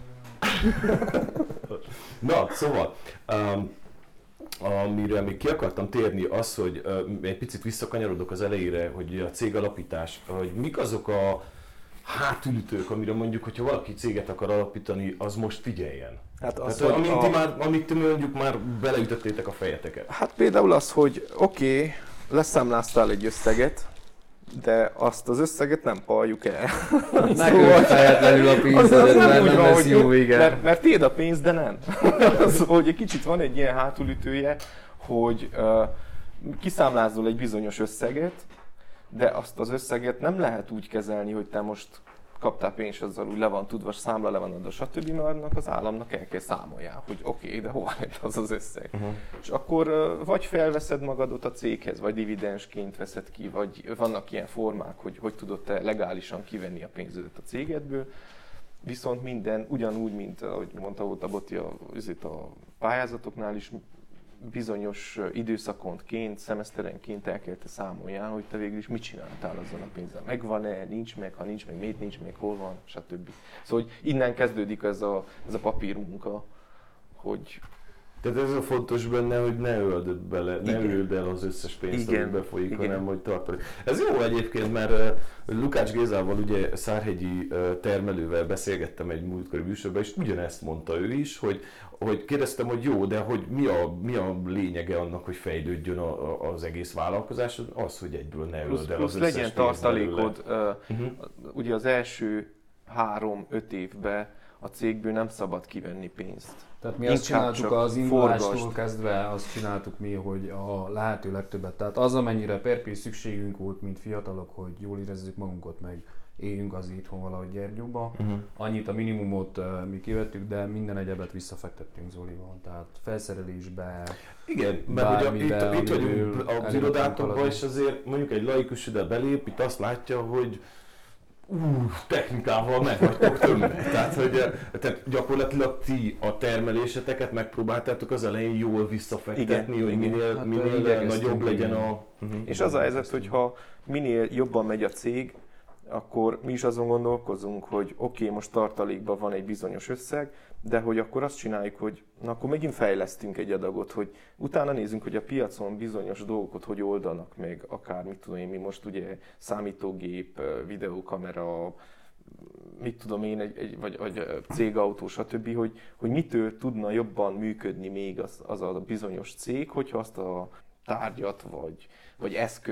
Na, szóval... Amire még ki akartam térni az, hogy egy picit visszakanyarodok az elejére, hogy a cégalapítás, hogy mik azok a hátulütők, amire mondjuk, hogyha valaki céget akar alapítani, az most figyeljen. Hát az, tehát, amit mondjuk már beleütöttétek a fejeteket. Hát például az, hogy oké, leszámláztál egy összeget, de azt az összeget nem palljuk el. Szóval fejetlenül a pénzedet, mert nem lesz jó vége. Mert tiéd a pénz, de nem. Szóval, hogy egy kicsit van egy ilyen hátulütője, hogy kiszámlázol egy bizonyos összeget, de azt az összeget nem lehet úgy kezelni, hogy te most kaptál pénzt, azzal úgy le van tudva, számla le van adva, stb. Mert annak az államnak el kell számolják, hogy oké, de hova lett az az összeg. És akkor vagy felveszed magadot a céghez, vagy dividensként veszed ki, vagy vannak ilyen formák, hogy tudod te legálisan kivenni a pénzödet a cégedből. Viszont minden ugyanúgy, mint ahogy mondta volt a Boti a pályázatoknál is, bizonyos időszakonként, szemeszterenként el kell te számoljál, hogy te végül is mit csináltál azzal a pénzzel. Megvan-e, nincs meg, ha nincs meg, miért nincs meg, hol van, stb. Szóval hogy innen kezdődik ez a papírmunka, hogy... Tehát ez a fontos benne, hogy ne öld bele, ne öld el az összes pénzt, ami befolyik, hanem hogy tartalék. Ez jó egyébként, mert Lukács Gézával, ugye szárhegyi termelővel beszélgettem egy múltkori műsorban, és ugyanezt mondta ő is, hogy kérdeztem, hogy jó, de hogy mi a lényege annak, hogy fejlődjön az egész vállalkozás, az, hogy egyből ne öld el az összes legyen tartalékod. Ugye az első 3-5 évben a cégből nem szabad kivenni pénzt. Tehát mi azt csináltuk az indulástól kezdve, azt csináltuk mi, hogy a lehető legtöbbet. Tehát az, amennyire per piac szükségünk volt, mint fiatalok, hogy jól érezzük magunkat, meg éljünk az itthon valahogy Gyergyóba. Annyit a minimumot mi kivettük, de minden egyebet visszafektettünk Zolival. Tehát felszerelésbe, igen, mert ugye itt vagyunk az irodátokban, és azért mondjuk egy laikus ide belép, itt azt látja, hogy technikával meg vagytok tömve. Tehát gyakorlatilag ti a termeléseteket megpróbáltátok az elején jól visszafektetni, hogy minél nagyobb legyen a... És az a helyzet, hogyha minél jobban megy a cég, akkor mi is azon gondolkozunk, hogy oké, most tartalékban van egy bizonyos összeg, de hogy akkor azt csináljuk, hogy na akkor megint fejlesztünk egy adagot, hogy utána nézzünk, hogy a piacon bizonyos dolgokat hogy oldanak meg, akár mit tudom én, mi most ugye számítógép, videókamera, mit tudom én, vagy cégautó, stb., hogy mitől tudna jobban működni még az a bizonyos cég, hogyha azt a tárgyat vagy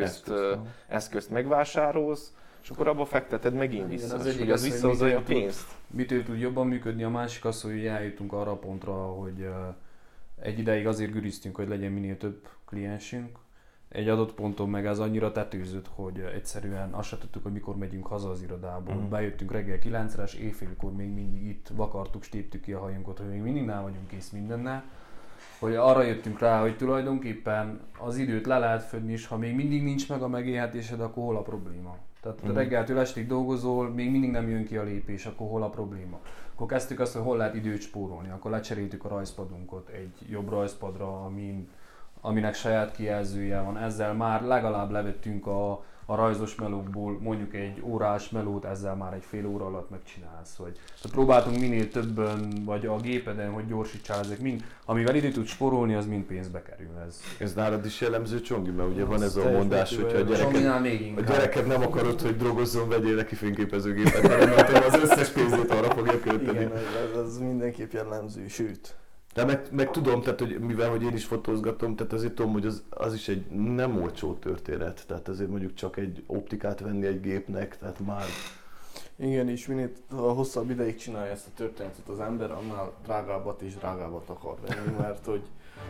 eszközt megvásárolsz, és akkor abba fekteted megint vissza, hogy az visszahozza a pénzt. Mitől tud jobban működni, a másik az, hogy eljutunk arra a pontra, hogy egy ideig azért güriztünk, hogy legyen minél több kliensünk. Egy adott ponton meg ez annyira tetőzött, hogy egyszerűen azt se tudtuk, hogy mikor megyünk haza az irodából. Bejöttünk reggel 9-re, és éjfélkor még mindig itt vakartuk, stéptük ki a hajunkat, hogy még mindig nem vagyunk kész mindennel. Hogy arra jöttünk rá, hogy tulajdonképpen az időt le lehet fedni, és ha még mindig nincs meg a megélhetésed, akkor hol a probléma? Tehát reggeltől estig dolgozol, még mindig nem jön ki a lépés, akkor hol a probléma? Akkor kezdtük azt, hogy hol lehet időt spórolni, akkor lecseréltük a rajzpadunkat egy jobb rajzpadra, aminek saját kijelzője van. Ezzel már legalább levettünk a rajzos melókból mondjuk egy órás melót, ezzel már egy fél óra alatt megcsinálsz. Tehát próbáltunk minél többen, vagy a gépeden, hogy gyorsítsál, ezek mind, amivel időt tud spórolni, az mind pénzbe kerül. Ez nálad is jellemző, Csongi, mert ugye van ez a mondás, hogyha a gyereked nem akarod, hogy drogozzon, vegyél neki fényképezőgépet, hanem az összes pénzét arra fogja költeni. Igen, ez mindenképp jellemző, sőt. De meg tudom, tehát, hogy mivel hogy én is fotózgatom, tehát azért tudom, hogy az is egy nem olcsó történet. Tehát azért mondjuk csak egy optikát venni egy gépnek, tehát már... Igen, és minél hosszabb ideig csinálja ezt a történetet az ember, annál drágábbat és drágábbat akar venni, mert hogy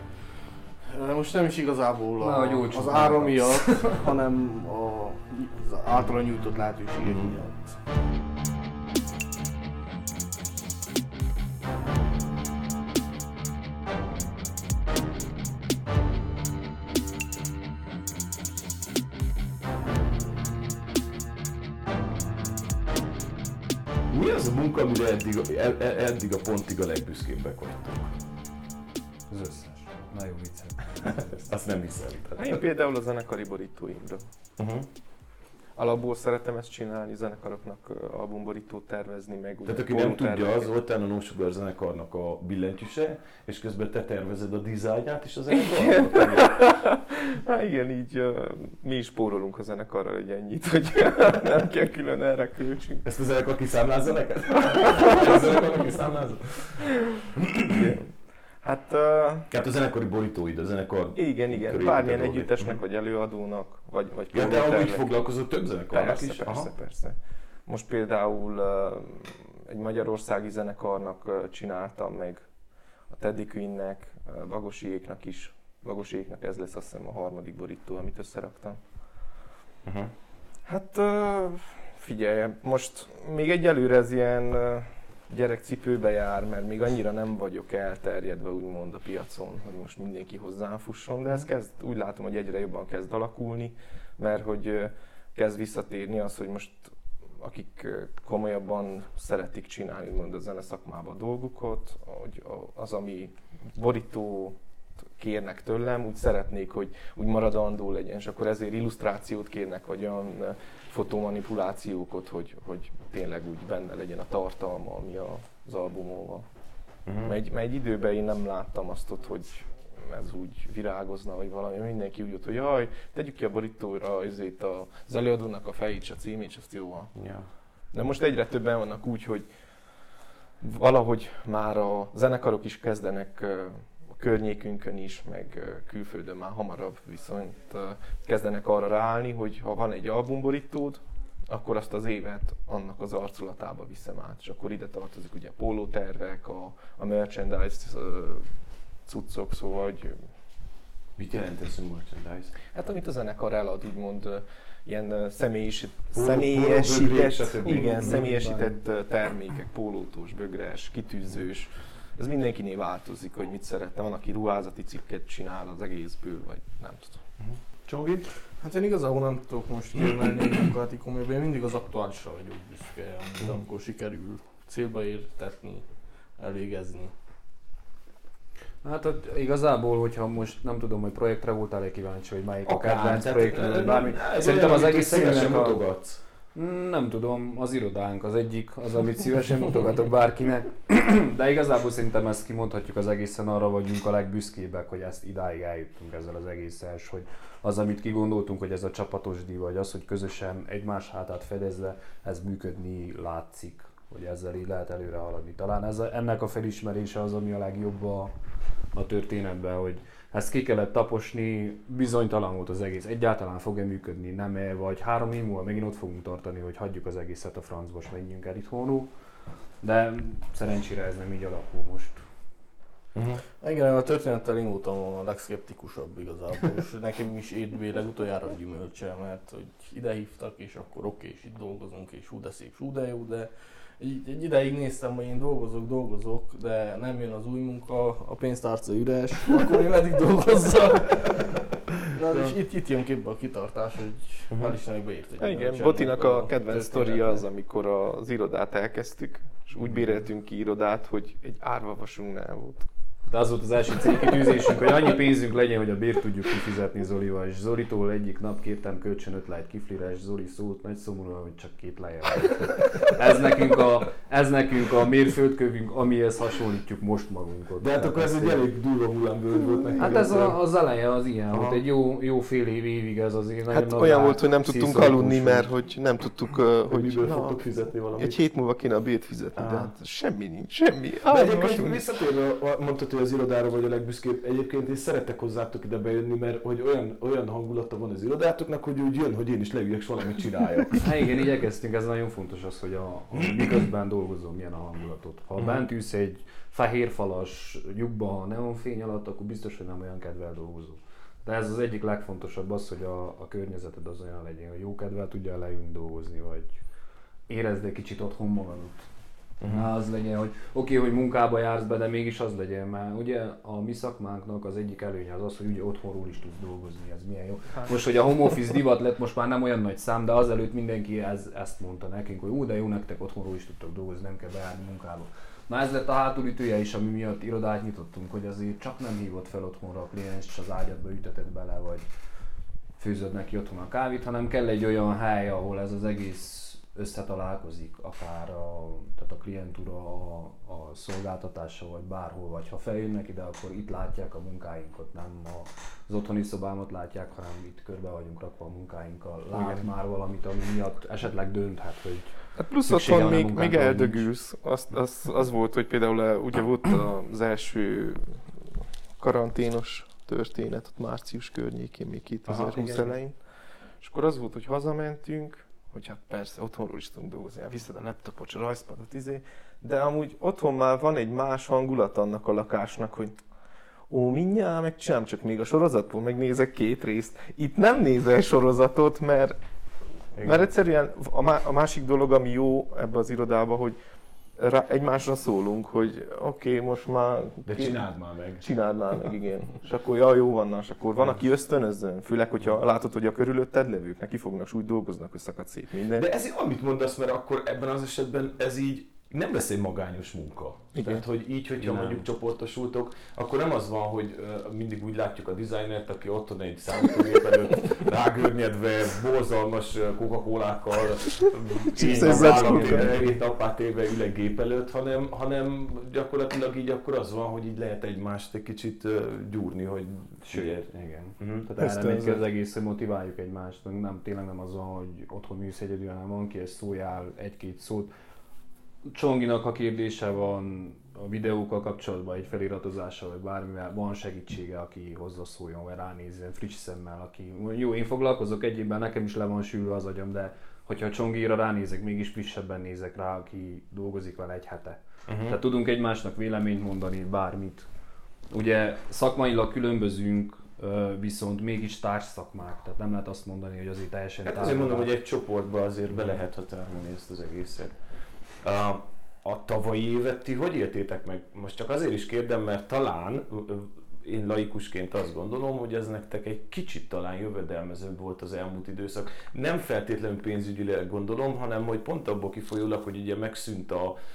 most nem is igazából az ára miatt, hanem az általa nyújtott lehetőségek miatt. Mi az a munka, amire eddig a pontig a legbüszkébbek vagytok? Az összes. Na jó viccet. Azt nem hiszem. Én például a zenekari borítóimra. Alapból szeretem ezt csinálni, zenekaroknak albumborítót tervezni, meg tehát aki nem tudja, az Zoltán a No Sugar zenekarnak a billentyűse, és közben te tervezed a dizájnját is a zenekarnak? Hát igen, így mi is spórolunk a zenekarral egy ennyit, hogy nem kell külön erre költsünk. Ezt a zenekar kiszámlázza neked? A zenekar kiszámlázza? Hát a zenekari borítóid, a zenekar... Igen, bármilyen együttesnek, vagy előadónak, vagy ja, de ahogy foglalkozol több zenekarnak is? Persze. Most például egy magyarországi zenekarnak csináltam meg, a Teddy Queennek, Bagosiéknak ez lesz azt hiszem a harmadik borító, amit összeraktam. Hát Figyelj, most még egyelőre ez ilyen gyerekcipőbe jár, mert még annyira nem vagyok elterjedve úgymond a piacon, hogy most mindenki hozzám fusson, de ez úgy látom, hogy egyre jobban kezd alakulni, mert hogy kezd visszatérni az, hogy most akik komolyabban szeretik csinálni úgymond a zeneszakmában a dolgukat, hogy az, ami borító kérnek tőlem, úgy szeretnék, hogy úgy maradandó legyen, és akkor ezért illusztrációt kérnek, vagy olyan fotomanipulációkat, hogy tényleg úgy benne legyen a tartalma, ami az albumóval. Mert egy időben én nem láttam azt ott, hogy ez úgy virágozna, vagy valami, mindenki úgy jött, hogy jaj, tegyük ki a borítóra az előadónak a fejét, a címét, és azt jó van. Ja. De most egyre többen vannak úgy, hogy valahogy már a zenekarok is kezdenek a környékünkön is, meg külföldön már hamarabb viszont kezdenek arra ráállni, hogy ha van egy albumborítód, akkor azt az évet annak az arculatába viszem át. És akkor ide tartozik ugye a pólótervek, a merchandise cuccok, szóval hogy... Mit jelent ez a merchandise? Hát amit a zenekar elad, úgymond ilyen személyesített termékek, pólótós, bögres, kitűzős. Ez mindenkinél változik, hogy mit szeretne. Van, aki ruházati cikket csinál az egészből, vagy nem tudom. Csogi? Hát én igazából nem tudok most kiemelni egy munkáti komolyban, én mindig az aktuálisra vagyok büszke, amit amikor sikerül célba értetni, elvégezni. Hát igazából, hogyha most nem tudom, hogy projektre voltál-e kíváncsi, hogy melyik a kedvenc projektre, vagy bármi. Szerintem az egész színűnek a... Nem tudom, az irodánk az egyik, az, amit szívesen mutogatok bárkinek. De igazából szerintem ezt kimondhatjuk, az egészen arra vagyunk a legbüszkébbek, hogy ezt idáig eljuttunk ezzel az egésszel, és hogy az, amit kigondoltunk, hogy ez a csapatos díj, vagy az, hogy közösen egymás hátát fedezve, ez működni látszik, hogy ezzel így lehet előre haladni. Talán ennek a felismerése az, ami a legjobb a történetben, hogy ezt ki kellett taposni, bizonytalan volt az egész. Egyáltalán fog-e működni, nem-e, vagy 3 év múlva megint ott fogunk tartani, hogy hagyjuk az egészet a francba, és menjünk el itthonul. De szerencsére ez nem így alakul most. Igen, a történettel indultam a legszkeptikusabb igazából, és nekem is ért legutoljára a gyümölcse, mert hogy ide hívtak, és akkor oké, és itt dolgozunk, és hú de szép, hú de jó, de egy ideig néztem, hogy én dolgozok, de nem jön az új munka, a pénztárca üres, akkor én meddig dolgozzak. És itt jön képbe a kitartás, hogy hál' Istennek beírt egy igen, Botinak a kedvenc sztoria az, amikor az irodát elkezdtük, és úgy béreltünk ki irodát, hogy egy árvavasunknál volt. De az volt az első célkitűzésünk, hogy annyi pénzünk legyen, hogy a bért tudjuk kifizetni Zolival, és Zolitól egyik nap kértem kölcsön 5 lejt kiflire, és Zoli szólt nagy szomorúan, hogy csak 2 lejjel. Ez nekünk a mérföldkövünk, amihez hasonlítjuk most magunkat. De hát akkor ez egy elég durva hullámvölgy volt nekünk. Hát ez az eleje az ilyen volt, egy jó fél évig ez azért nagyon hát olyan volt, hogy nem tudtunk aludni, mert hogy nem tudtuk, hogy miből fogtok fizetni valamit. Egy hét múlva kéne a bért fizetni, de hát semmi nincs, semmi. De egyébként visszatérve, mondtad, hogy az irodára vagy a legbüszkébb. Egyébként én szeretek hozzátok ide bejönni, mert hogy olyan hangulata van az irodátoknak, hogy úgy jön, hogy én is leüljek és valamit csináljak. Hát igen, igyekeztünk, ez nagyon fontos az, hogy miközben dolgozom, milyen a hangulatot. Ha bent ülsz egy fehérfalas lyukba a neonfény alatt, akkor biztos, hogy nem olyan kedvel dolgozol. De ez az egyik legfontosabb az, hogy a környezeted az olyan legyen, hogy jó kedvel tudjál leülni dolgozni, vagy érezd egy kicsit otthon magadat. Az legyen, hogy oké, hogy munkába jársz be, de mégis az legyen, mert ugye a mi szakmánknak az egyik előnye az, hogy ugye otthonról is tudsz dolgozni, ez milyen jó. Most, hogy a home office divat lett, most már nem olyan nagy szám, de azelőtt mindenki ezt mondta nekünk, hogy de jó, nektek otthonról is tudtok dolgozni, nem kell bejárni munkába. Na ez lett a hátulütője is, ami miatt irodát nyitottunk, hogy azért csak nem hívott fel otthonra a kliens, és az ágyadba üteted bele, vagy főzöd neki otthon a kávét, hanem kell egy olyan hely, ahol ez az egész összetalálkozik, akár tehát a klientúra a szolgáltatása, vagy bárhol, vagy ha feljönnek ide, akkor itt látják a munkáinkat, nem az otthoni szobámat látják, hanem itt körbe vagyunk rakva a munkáinkkal. Lát már valamit, ami miatt esetleg dönthet, hogy hát plusz otthon még eldögülsz. Az volt, hogy például ugye volt az első karanténos történet, ott március környékén, még 2020 elején. És akkor az volt, hogy hazamentünk, hogy hát persze otthonról is tudunk dolgozni, viszed a laptopot, rajzpadot, de amúgy otthon már van egy más hangulat annak a lakásnak, hogy mindjárt megcsinálom, csak még a sorozatból megnézek 2 részt. Itt nem nézel sorozatot, mert Mert egyszerűen a másik dolog, ami jó ebbe az irodába, hogy egymásra szólunk, hogy oké, most már... De csináld már meg. Csináld már meg, igen. És akkor jó van, és akkor van, aki ösztönözzön. Főleg, hogyha látod, hogy a körülötted levők neki fognak, és úgy dolgoznak, hogy szakad szét minden. De ez amit mondasz, mert akkor ebben az esetben ez így nem lesz egy magányos munka. Igen. Tehát, hogy így, hogyha mondjuk csoportosultok, akkor nem az van, hogy mindig úgy látjuk a designert, aki otthon egy számítógép előtt rágörnyedve, borzalmas Coca-Colákkal, apát éve ül egy gép előtt, hanem gyakorlatilag így akkor az van, hogy így lehet egymást egy kicsit gyúrni, hogy Sőt, igen. Tehát erre megy ki az egész, hogy motiváljuk egymást, tényleg nem az van, hogy otthon ülsz egyedül, hanem van ki, és szóljál egy-két szót. Csonginak, ha kérdése van a videókkal kapcsolatban, egy feliratozással, vagy bármivel, van segítsége, aki hozzászóljon, vagy ránézzen friss szemmel, aki jó, én foglalkozok egyébben, nekem is le van sülve az agyam, de hogyha a Csongira ránézek, mégis frissebben nézek rá, aki dolgozik vele egy hete. Tehát tudunk egymásnak véleményt mondani, bármit. Ugye szakmailag különbözünk, viszont mégis társszakmák, tehát nem lehet azt mondani, hogy azért teljesen hát azért mondom, hogy egy csoportba azért be lehet határolni ezt az egészet. A tavalyi évet ti hogy éltétek meg? Most csak azért is kérdem, mert talán én laikusként azt gondolom, hogy ez nektek egy kicsit talán jövedelmezőbb volt az elmúlt időszak. Nem feltétlenül pénzügyileg gondolom, hanem hogy pont abból kifolyólag, hogy ugye megszűnt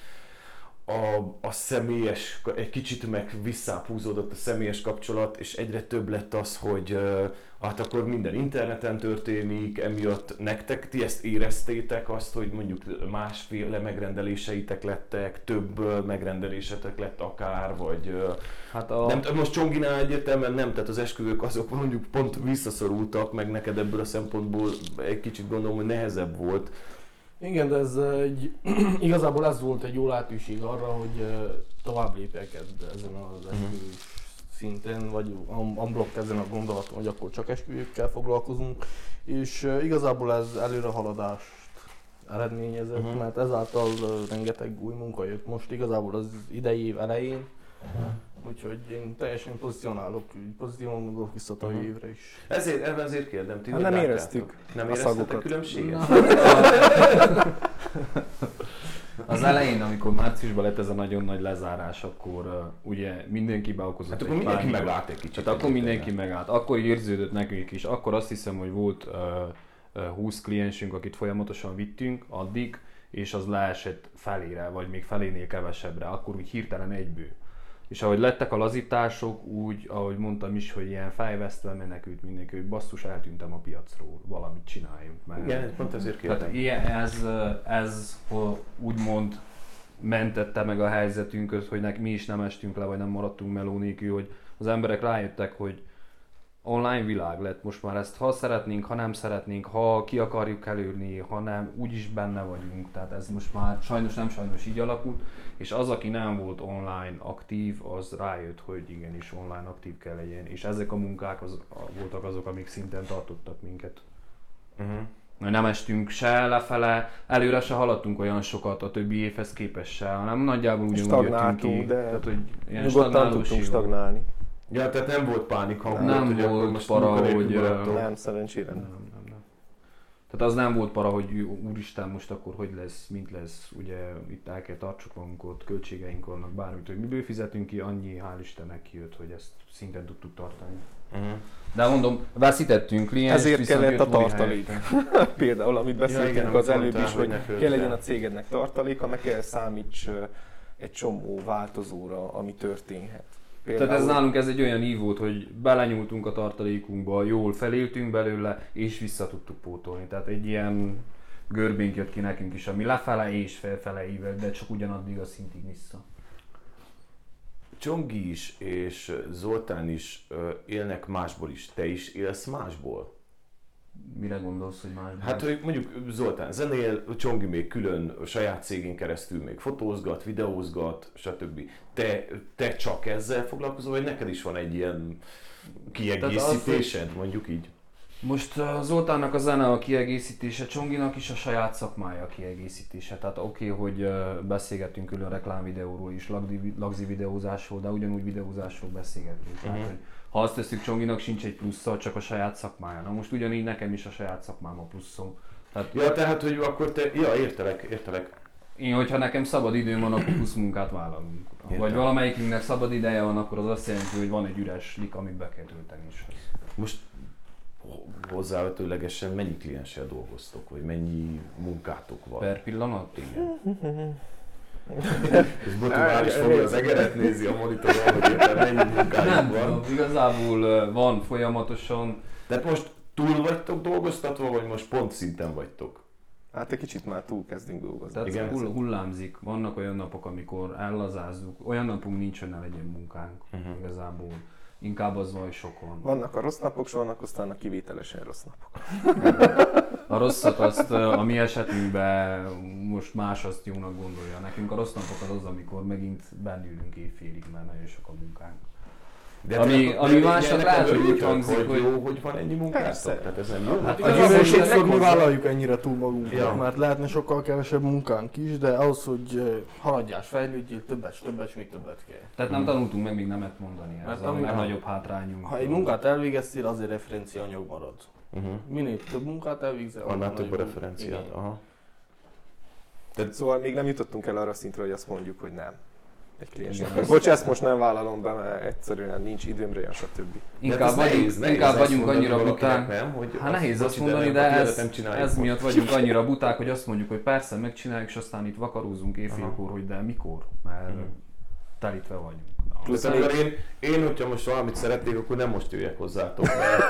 a személyes, egy kicsit meg visszáphúzódott a személyes kapcsolat, és egyre több lett az, hogy hát akkor minden interneten történik, emiatt nektek, ti ezt éreztétek azt, hogy mondjuk másféle megrendeléseitek lettek, több megrendelésetek lett akár, vagy hát nem, most Csonginál egyértelműen nem, tehát az esküvők azok mondjuk pont visszaszorultak, meg neked ebből a szempontból egy kicsit gondolom, hogy nehezebb volt. Igen, de ez igazából ez volt egy jó lehetőség arra, hogy tovább lépjek ezen az esküvős szinten, vagy unblock ezen a gondolaton, hogy akkor csak esküvőkkel foglalkozunk, és igazából ez előrehaladást eredményezett, mert ezáltal rengeteg új munka jött most igazából az idei év elején, úgyhogy én teljesen pozitívan gondolok vissza a évre is. Ezért kérdem, ti nem éreztük nem a szagokat. Különbséget? Az elején, amikor márciusban lett ez a nagyon nagy lezárás, akkor ugye mindenki beokozott hát akkor mindenki megállt egy kicsit. Tehát akkor mindenki megállt. Akkor érződött nekünk is. Akkor azt hiszem, hogy volt 20 kliensünk, akit folyamatosan vittünk addig, és az leesett felére, vagy még felénél kevesebbre. Akkor úgy hirtelen egyből. És ahogy lettek a lazítások, úgy, ahogy mondtam is, hogy ilyen fejvesztve menekült mindenki, hogy basszus, eltűntem a piacról, valamit csináljunk. Mert igen, pont ezért kértem. Ez úgymond mentette meg a helyzetünket, hogy mi is nem estünk le, vagy nem maradtunk meló nélkül, hogy az emberek rájöttek, hogy online világ lett most már ezt, ha szeretnénk, ha nem szeretnénk, ha ki akarjuk előrni, ha nem, úgyis benne vagyunk. Tehát ez most már sajnos így alakult, és az, aki nem volt online aktív, az rájött, hogy igenis online aktív kell legyen, és ezek a munkák voltak azok, amik szinten tartottak minket. Nem estünk se lefele, előre se haladtunk olyan sokat a többi évhez képest se, hanem nagyjából ugyanúgy jöttünk ki. De tehát, hogy ilyen nyugodtan tudtunk stagnálni. Ja, tehát nem volt pánik hangulat, nem hogy volt most para, hogy... Nem, szerencsére nem. Tehát az nem volt para, hogy úristen, most akkor hogy lesz, mint lesz, ugye itt el kell tartsuk magunkat, költségeink vannak, bármit, hogy miből fizetünk ki, annyi hál' Istennek kijött, hogy ezt szinten tudtuk tartani. De mondom, veszítettünk kliens, ezért kellett a tartalék. Például, amit beszéltünk az előbb is, hogy kell legyen a cégednek tartaléka, meg kell számíts egy csomó változóra, ami történhet. Tehát ez nálunk egy olyan ív volt, hogy belenyúltunk a tartalékunkba, jól feléltünk belőle, és vissza tudtuk pótolni. Tehát egy ilyen görbénk jött ki nekünk is, ami lefele és felfele ível, de csak ugyanaddig a szintig vissza. Csongi is és Zoltán is élnek másból is. Te is élsz másból? Mire gondolsz, hogy másból? Hát, hogy mondjuk Zoltán zenél, Csongi még külön a saját cégén keresztül még fotózgat, videózgat, stb. Te csak ezzel foglalkozol, vagy neked is van egy ilyen kiegészítésed, mondjuk így? Most Zoltánnak a zene a kiegészítése, Csonginak is a saját szakmája a kiegészítése. Tehát oké, hogy beszélgettünk külön reklámvideóról is, lagzi videózásról, de ugyanúgy videózásról beszélgettünk. Tehát, hogy ha azt tesszük, Csonginak sincs egy plusza, csak a saját szakmája. Na most ugyanígy nekem is a saját szakmám a pluszom. Tehát, hogy akkor te... Ja, értelek. Én, hogyha nekem szabad időm van, akkor plusz munkát vállalunk. Vagy valamelyikünknek szabad ideje van, akkor az azt jelenti, hogy van egy üres lik, amit be kell tölteni is. Most hozzávetőlegesen mennyi klienssel dolgoztok, vagy mennyi munkátok van? Per pillanat? Igen. És Botu már is fogja az egeret, nézi a monitoron, hogy éppen mennyi munkájuk van. Nem, igazából van folyamatosan. Tehát most túl vagytok dolgoztatva, vagy most pont szinten vagytok? Hát egy kicsit már túl kezdünk dolgozni. Tehát igen, hullámzik. Vannak olyan napok, amikor ellazázzuk. Olyan napunk nincs, hogy ne legyen munkánk. Igazából. Inkább az van, hogy sok van. Vannak a rossz napok, és vannak aztán a kivételesen rossz napok. A rosszat azt a mi esetünkben most más azt jónak gondolja. Nekünk a rossz napok az, amikor megint bennülünk évfélig, mert nagyon sok a munkánk. De ami másnak lehet, hogy úgy hangzik, hogy jó, hogy van ennyi munkátok? Tehát ez nem jó? Hát Igazából sokszor mi vállaljuk ennyire túl magunkat, Ja. mert lehetne sokkal kevesebb munkánk is, de ahhoz, hogy haladjál, fejlődjél, többet, még többet kell. Tehát nem tanultunk meg még nemet mondani, ez Mert a ami- legnagyobb hátrányunk. Ha egy munkát elvégeztél, azért referenciaanyag marad. Minél több munkát elvégzel, Annál több a nagyobb. referenciát. Igen. Aha. Szóval még nem jutottunk el arra szintre, hogy azt mondjuk, hogy nem. Egy kliensnek. Bocs, ezt most nem vállalom be, mert egyszerűen nincs időmre, ja, stb. Inkább vagyunk annyira buták. Hát nehéz azt mondani, de ez miatt vagyunk annyira buták, hogy azt mondjuk, hogy persze megcsináljuk, és aztán itt vakarózunk éjfélkor, hogy de mikor, mert telítve vagyunk. Plusz amikor én, hogyha most valamit szeretnék, akkor nem most jöjjek hozzátok,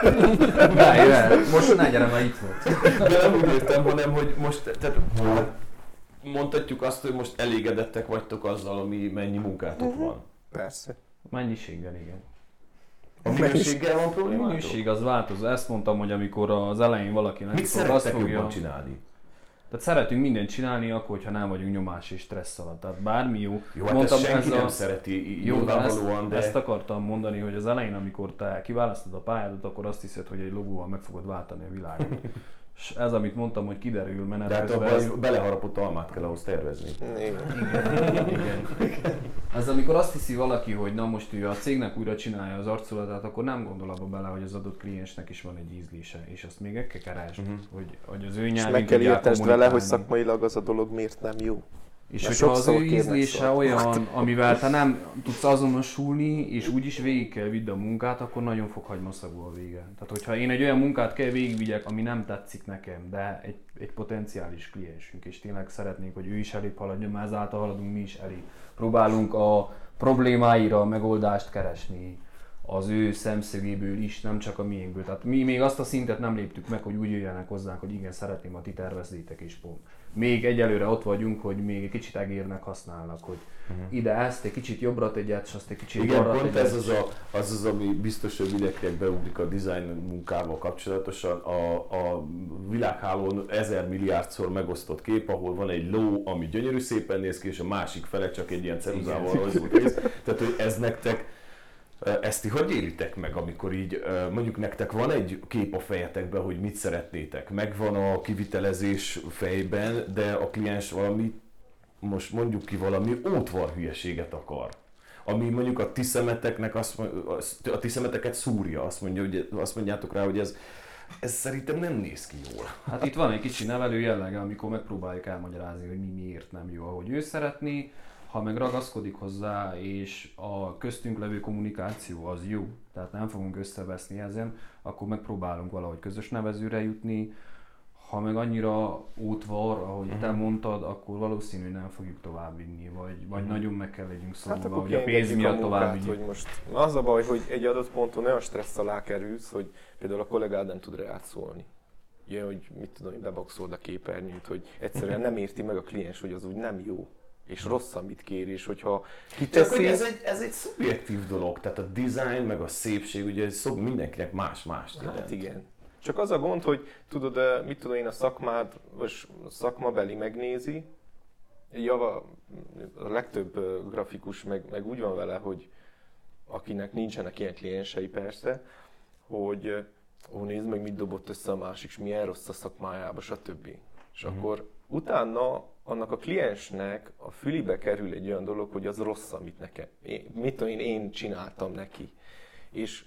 Most ne gyere, mert itt volt. de nem úgy értem, hanem hogy most, tehát mondhatjuk azt, hogy most elégedettek vagytok azzal, ami mennyi munkátok van. Persze. Mennyiséggel, igen. A minőséggel van A problémátok? minőség az változó. Ezt mondtam, hogy amikor az elején valakinek Mit akkor azt szerettek fogja... jobban csinálni? Tehát szeretünk mindent csinálni, akkor, hogyha nem vagyunk nyomás és stressz alatt. Tehát bármi jó. Jó, hát ezt senki nem szereti Jó, de nyilvánvalóan, de... ezt akartam mondani, hogy az elején, amikor te kiválasztod a pályádat, akkor azt hiszed, hogy egy logóval meg fogod váltani a világot. És ez, amit mondtam, hogy kiderül menet De hát közben, abban az beleharapott almát kell ahhoz tervezni. Igen. Ez amikor azt hiszi valaki, hogy na most ő a cégnek újra csinálja az arculatát, akkor nem gondol abba bele, hogy az adott kliensnek is van egy ízlése, és azt még meg kell keresd, hogy az ő És nyelvén meg kell tudják értesd vele, hogy kommunikálni. szakmailag az a dolog miért nem jó. És Mert hogyha az sokszor ő kérnek ízlése szót. olyan, amivel te nem tudsz azonosulni, és úgyis végig kell vidd a munkát, akkor nagyon fog hagymaszagú a vége. Tehát hogyha én egy olyan munkát kell végigvigyek, ami nem tetszik nekem, de egy potenciális kliensünk, és tényleg szeretnénk, hogy ő is elébb haladjon, mert ezáltal haladunk mi is elébb. Próbálunk a problémáira megoldást keresni az ő szemszögéből is, nem csak a miénkből. Tehát mi még azt a szintet nem léptük meg, hogy úgy jöjjenek hozzánk, hogy igen, szeretném, ha ti tervezzétek és pont. Még egyelőre ott vagyunk, hogy még egy kicsit egérnek használnak, hogy ide ezt egy kicsit jobbra tegyed, és azt egy kicsit Igen, balra pont tegyed. ez az, ami biztos, hogy mindenkinek beugrik a design munkával kapcsolatosan. A világhálón 1000 milliárdszor megosztott kép, ahol van egy ló, ami gyönyörű szépen néz ki, és a másik fele csak egy ilyen ceruzával rajzolt rész. Tehát, hogy ez nektek, ezt ti hogy élitek meg, amikor így mondjuk nektek van egy kép a fejetekben, hogy mit szeretnétek, megvan a kivitelezés fejben, de a kliens valami, most mondjuk ki valami ótvar hülyeséget akar. Ami mondjuk a ti szemeteknek a ti szemeteket szúrja, azt mondjátok rá, hogy ez szerintem nem néz ki jól. Hát itt van egy kicsi nevelő jellege, amikor megpróbáljuk elmagyarázni, hogy mi miért nem jó, ahogy ő szeretné. Ha meg ragaszkodik hozzá, és a köztünk levő kommunikáció az jó, tehát nem fogunk összeveszni ezen, akkor megpróbálunk valahogy közös nevezőre jutni. Ha meg annyira útvar, ahogy te mondtad, akkor valószínű nem fogjuk továbbvinni, vagy nagyon meg kell legyünk szorulva, akkor hogy a pénz kiengedjük miatt munkát, továbbvinni. hogy most az a baj, hogy egy adott ponton olyan stressz alá kerülsz, hogy például a kollégád nem tud rád szólni. Ugye, hogy mit tudom, hogy beboxolod a képernyőt, hogy egyszerűen nem érti meg a kliens, hogy az úgy nem jó. És rossz, amit kér, és hogyha Csak hogy kiteszi... ez egy szubjektív dolog, tehát a design meg a szépség, ugye ez mindenkinek más-más jelent. Hát igen. Csak az a gond, hogy tudod, mit tudom én, a szakmád, vagy a szakmabeli megnézi, a legtöbb grafikus meg úgy van vele, hogy akinek nincsenek ilyen kliensei persze, hogy nézd meg, mit dobott össze a másik, és milyen rossz a szakmájába, stb. És akkor utána annak a kliensnek a fülibe kerül egy olyan dolog, hogy az rossz, amit nekem, mit tudom én csináltam neki. És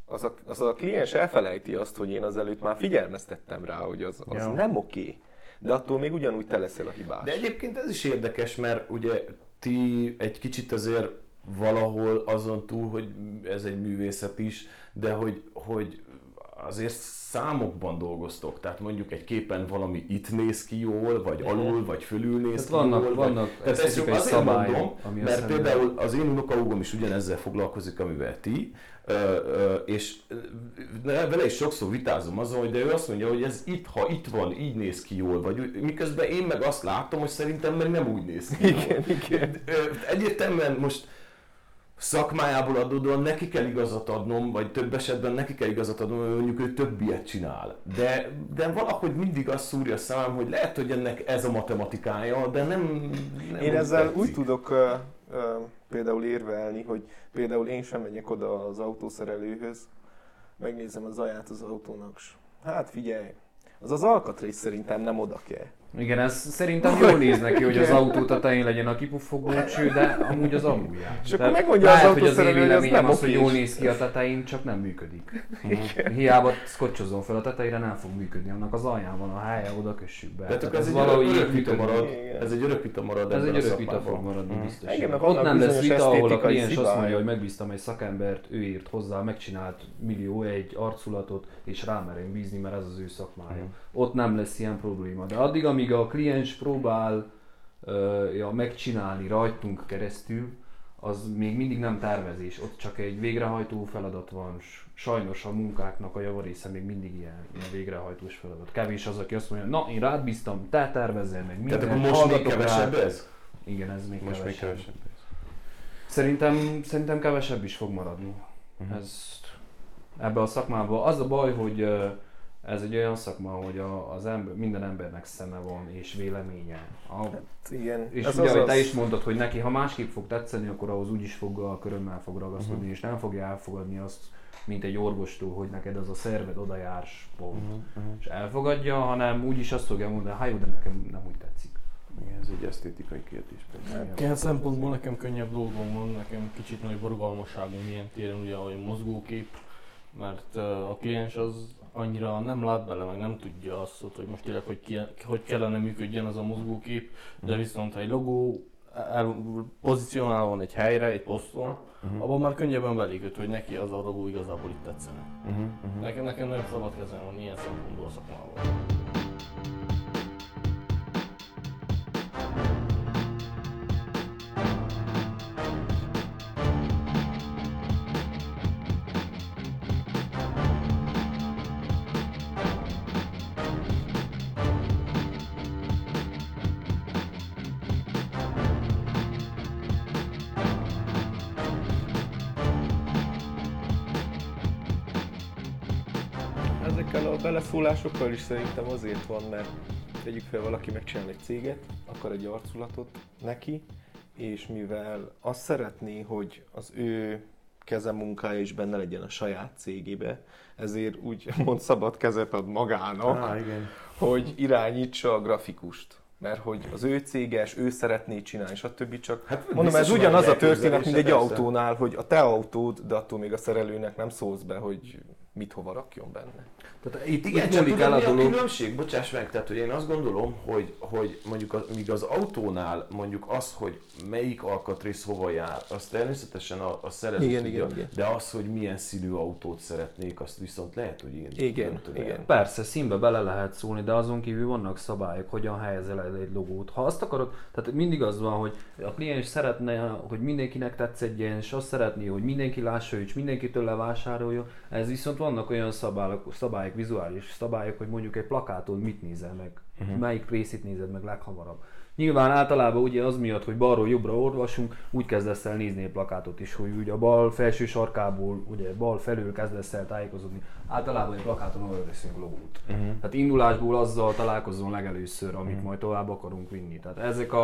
az a kliens elfelejti azt, hogy én azelőtt már figyelmeztettem rá, hogy az nem oké. De attól még ugyanúgy te leszel a hibás. De egyébként ez is érdekes, mert ugye ti egy kicsit azért valahol azon túl, hogy ez egy művészet is, de hogy azért számokban dolgoztok, tehát mondjuk egy képen valami itt néz ki jól, vagy alul, vagy fölül néz ki jól. Vannak tehát ezt csak azért szabályok, mondom, mert például az én unokahúgom is ugyanezzel foglalkozik, amivel ti, és vele is sokszor vitázom azon, de ő azt mondja, hogy ez itt, ha itt van, így néz ki jól, vagy miközben én meg azt látom, hogy szerintem meg nem úgy néz ki. Igen. Egyértelműen most szakmájából adódóan neki kell igazat adnom, vagy több esetben neki kell igazat adnom, hogy mondjuk ő több ilyet csinál. De valahogy mindig azt szúrja a szemem, hogy lehet, hogy ennek ez a matematikája, de nem én ezzel tetszik. úgy tudok például érvelni, hogy például én sem megyek oda az autószerelőhöz, megnézem a zaját az autónak, hát figyelj, az alkatrész szerintem nem oda kell. Igen, ez szerintem jól néz neki, hogy az autó tetején legyen a kipuffogó cső, de amúgy az alulján. És akkor megmondja az autószerelő, hogy ez nem az, hogy okés. jól néz ki a tetején, csak nem működik. Hiába szkotcsozzon fel a tetejére, nem fog működni, annak az alján van a helye, oda kössük be. Tehát ez egy valahogy örök vita működik. marad, ez egy örök vita marad Ez ebben egy a örök vita szakmában. fog maradni biztos. Igen, meg Ott vannak nem lesz bizonyos vita, ahol a esztétikai kliens azt szibályok. mondja, hogy megbíztam egy szakembert, ő írt hozzá, megcsinált millió egy arculatot, és rámerem bízni, mert ez az ő szakmája. Ott nem lesz ilyen probléma. De addig, amíg a kliens próbál megcsinálni rajtunk keresztül, az még mindig nem tervezés, ott csak egy végrehajtó feladat van. Sajnos a munkáknak a javarésze még mindig ilyen végrehajtós feladat. Kevés az, aki azt mondja, na én rád bíztam, te tervezzel meg mindent, Tehát akkor most még hallgatok kevesebb rád. ez? Igen, ez még Most még kevesebb. kevesebb. Szerintem kevesebb is fog maradni. Ebbe a szakmában. Az a baj, hogy ez egy olyan szakma, hogy az ember, minden embernek szeme van és véleménye. Igen. És ez ugye, ahogy az. te is mondtad, hogy neki, ha másképp fog tetszeni, akkor ahhoz úgyis a körömmel fog ragaszkodni, és nem fogja elfogadni azt, mint egy orvostól, hogy neked az a szerved oda járs, pont. És elfogadja, hanem úgyis azt fogja mondani, hát jó, de nekem nem úgy tetszik. Igen, ez egy esztétikai kérdés. Ilyen szempontból nekem könnyebb dolgom van, nekem kicsit nagy rugalmasságom ilyen téren, ugye ahogy mozgókép, mert a kliens az annyira nem lát bele, meg nem tudja azt, hogy most tényleg hogy kellene működjen az a mozgókép, de viszont ha egy logó pozícionálva van egy helyre, egy poszton, abban már könnyebben belégött, hogy neki az a logó igazából itt tetszene. Nekem nagyon szabad kezem van ilyen szempontból a szakmában. Ezekkel a beleszólásokkal is szerintem azért van, mert tegyük fel, valaki megcsinál egy céget, akar egy arculatot neki, és mivel azt szeretné, hogy az ő kezemunkája is benne legyen a saját cégébe, ezért úgymond szabad kezet ad magának, hogy irányítsa a grafikust. Mert hogy az ő céges, ő szeretné csinálni, stb. Csak Hát mondom, ez biztos ugyanaz van a történet, mint egy persze. autónál, hogy a te autód, de attól még a szerelőnek nem szólsz be, hogy mit hova rakjon benne. Tehát itt Igen, csak múlik el tudod, a mi a dolog. különbség? Bocsáss meg, tehát hogy én azt gondolom, hogy mondjuk míg az autónál mondjuk az, hogy melyik alkatrész hova jár, az természetesen a szerelő Igen, tudja, igen. de az, hogy milyen színű autót szeretnék, azt viszont lehet, hogy én Igen, nem tudom. igen. Persze, színbe bele lehet szólni, de azon kívül vannak szabályok, hogyan helyezel el egy logót. Ha azt akarod, tehát mindig az van, hogy a kliens szeretne, hogy mindenkinek tetszedjen, és azt szeretné, hogy mindenki lássa, és mindenkitől levásároljon. Ez viszont vannak olyan szabályok, vizuális szabályok, hogy mondjuk egy plakáton mit nézel meg, melyik részét nézed meg leghamarabb. Nyilván általában ugye az miatt, hogy balról jobbra olvasunk, úgy kezdesz el nézni egy plakátot is, hogy ugye a bal felső sarkából, ugye bal felül kezdesz el tájékozódni. Általában egy plakáton arra veszünk logót. Tehát indulásból azzal találkozzon legelőször, amit majd tovább akarunk vinni. Tehát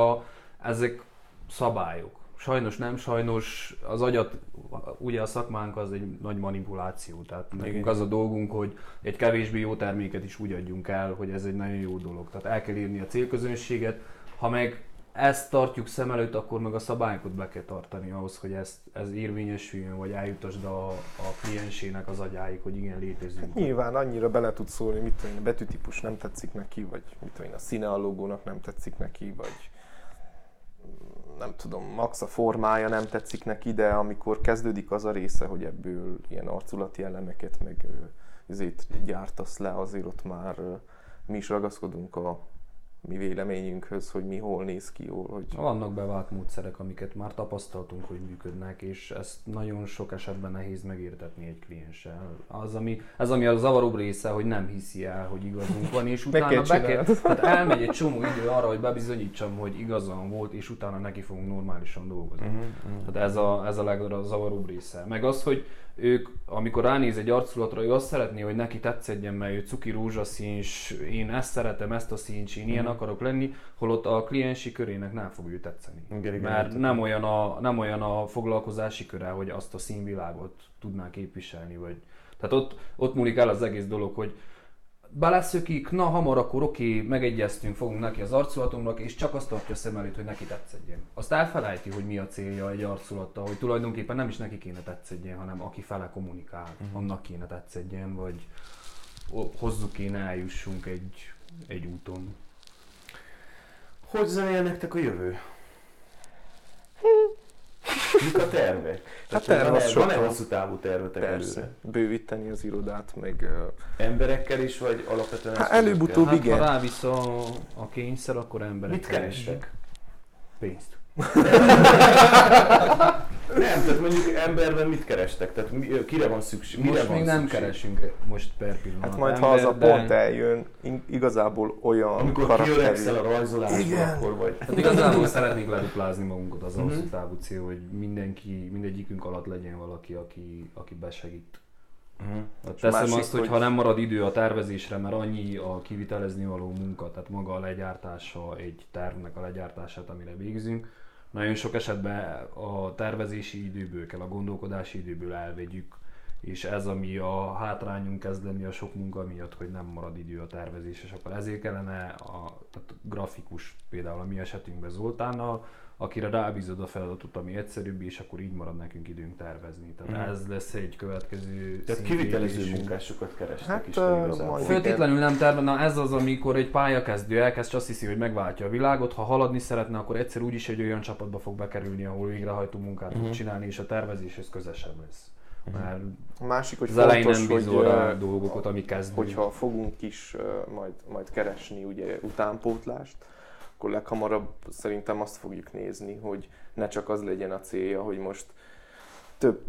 ezek szabályok. Sajnos nem, sajnos az agyat, ugye a szakmánk az egy nagy manipuláció, tehát nekünk az a dolgunk, hogy egy kevésbé jó terméket is úgy adjunk el, hogy ez egy nagyon jó dolog. Tehát el kell érni a célközönséget, ha meg ezt tartjuk szem előtt, akkor meg a szabályokat be kell tartani ahhoz, hogy ez érvényesüljön, vagy eljutasd a kliensének az agyáig, hogy igen, létezünk. Nyilván annyira bele tud szólni, mit tudom én, a betűtípus nem tetszik neki, vagy mit tudom én, a színe a logónak nem tetszik neki, vagy nem tudom, max a formája nem tetszik neki, de amikor kezdődik az a része, hogy ebből ilyen arculati elemeket meg ezért gyártasz le, azért ott már mi is ragaszkodunk a mi véleményünkhöz, hogy mi hol néz ki jól. Hogy... Vannak bevált módszerek, amiket már tapasztaltunk, hogy működnek, és ezt nagyon sok esetben nehéz megértetni egy klienssel. Ez ami a zavaróbb része, hogy nem hiszi el, hogy igazunk van, és utána tehát elmegy egy csomó idő arra, hogy bebizonyítsam, hogy igazam volt, és utána neki fogunk normálisan dolgozni. Tehát ez a legzavaróbb része. Meg az, hogy ők, amikor ránéz egy arculatra, ő azt szeretné, hogy neki tetszedjen, mert ő cuki rózsaszín, és én ezt szeretem, ezt a színt, én ilyen akarok lenni, holott a kliensi körének nem fog ő tetszeni. Mert nem olyan a foglalkozási köre, hogy azt a színvilágot tudná képviselni. Tehát ott múlik el az egész dolog, hogy beleszökik, na hamar akkor oké, megegyeztünk, fogunk neki az arculatunknak, és csak azt tartja szem előtt, hogy neki tetszedjen. Azt elfelejti, hogy mi a célja egy arculattal, hogy tulajdonképpen nem is neki kéne tetszedjen, hanem aki fele kommunikál, annak kéne tetszedjen, vagy hozzuk kéne eljussunk egy úton. Hogy zenél nektek a jövő? Mik a tervek? Hát terv az van-e hosszú távú tervetek? Persze, előre? Bővíteni az irodát, meg... Emberekkel is, vagy alapvetően... Hát előbb-utóbb igen. Ha rávisz a kényszer, akkor emberekkel. Mit kerestek? Pénzt. Nem, tehát mondjuk emberben mit kerestek? Tehát kire van szükség? Most még nem keresünk most per pillanat. Hát majd ha az a pont eljön, igazából olyan karakterű. Amikor kiöregszel a rajzolásban, akkor vagy. Hát igazából szeretnénk leduplázni magunkat, az hosszú távú cél, hogy mindegyikünk alatt legyen valaki, aki besegít. Teszem azt, hogy ha nem marad idő a tervezésre, mert annyi a kivitelezni való munka, tehát maga a legyártása, egy tervnek a legyártását, amire végzünk, nagyon sok esetben a tervezési időből kell, a gondolkodási időből elvegyük, és ez ami a hátrányunk kezd lenni a sok munka miatt, hogy nem marad idő a tervezés, és akkor ezért kellene a grafikus, például a mi esetünkben Zoltánnal, akire rábízod a feladatot, ami egyszerűbb, és akkor így marad nekünk időnk tervezni. Tehát ez lesz egy következő. Tehát kivitelező munkásokat kerestek hát, is igazából. Föltétlenül nem terve, na ez az, amikor egy pályakezdő elkezd, azt hiszi, hogy megváltja a világot, ha haladni szeretne, akkor egyszer úgyis egy olyan csapatba fog bekerülni, ahol végrehajtó munkát tud csinálni, és a tervezéshez közösebb lesz. Mert a másik, hogy az elején fontos, nem bízol rá dolgokat, ami kezdő. Hogyha fogunk is majd keresni ugye utánpótlást, akkor leghamarabb szerintem azt fogjuk nézni, hogy ne csak az legyen a célja, hogy most több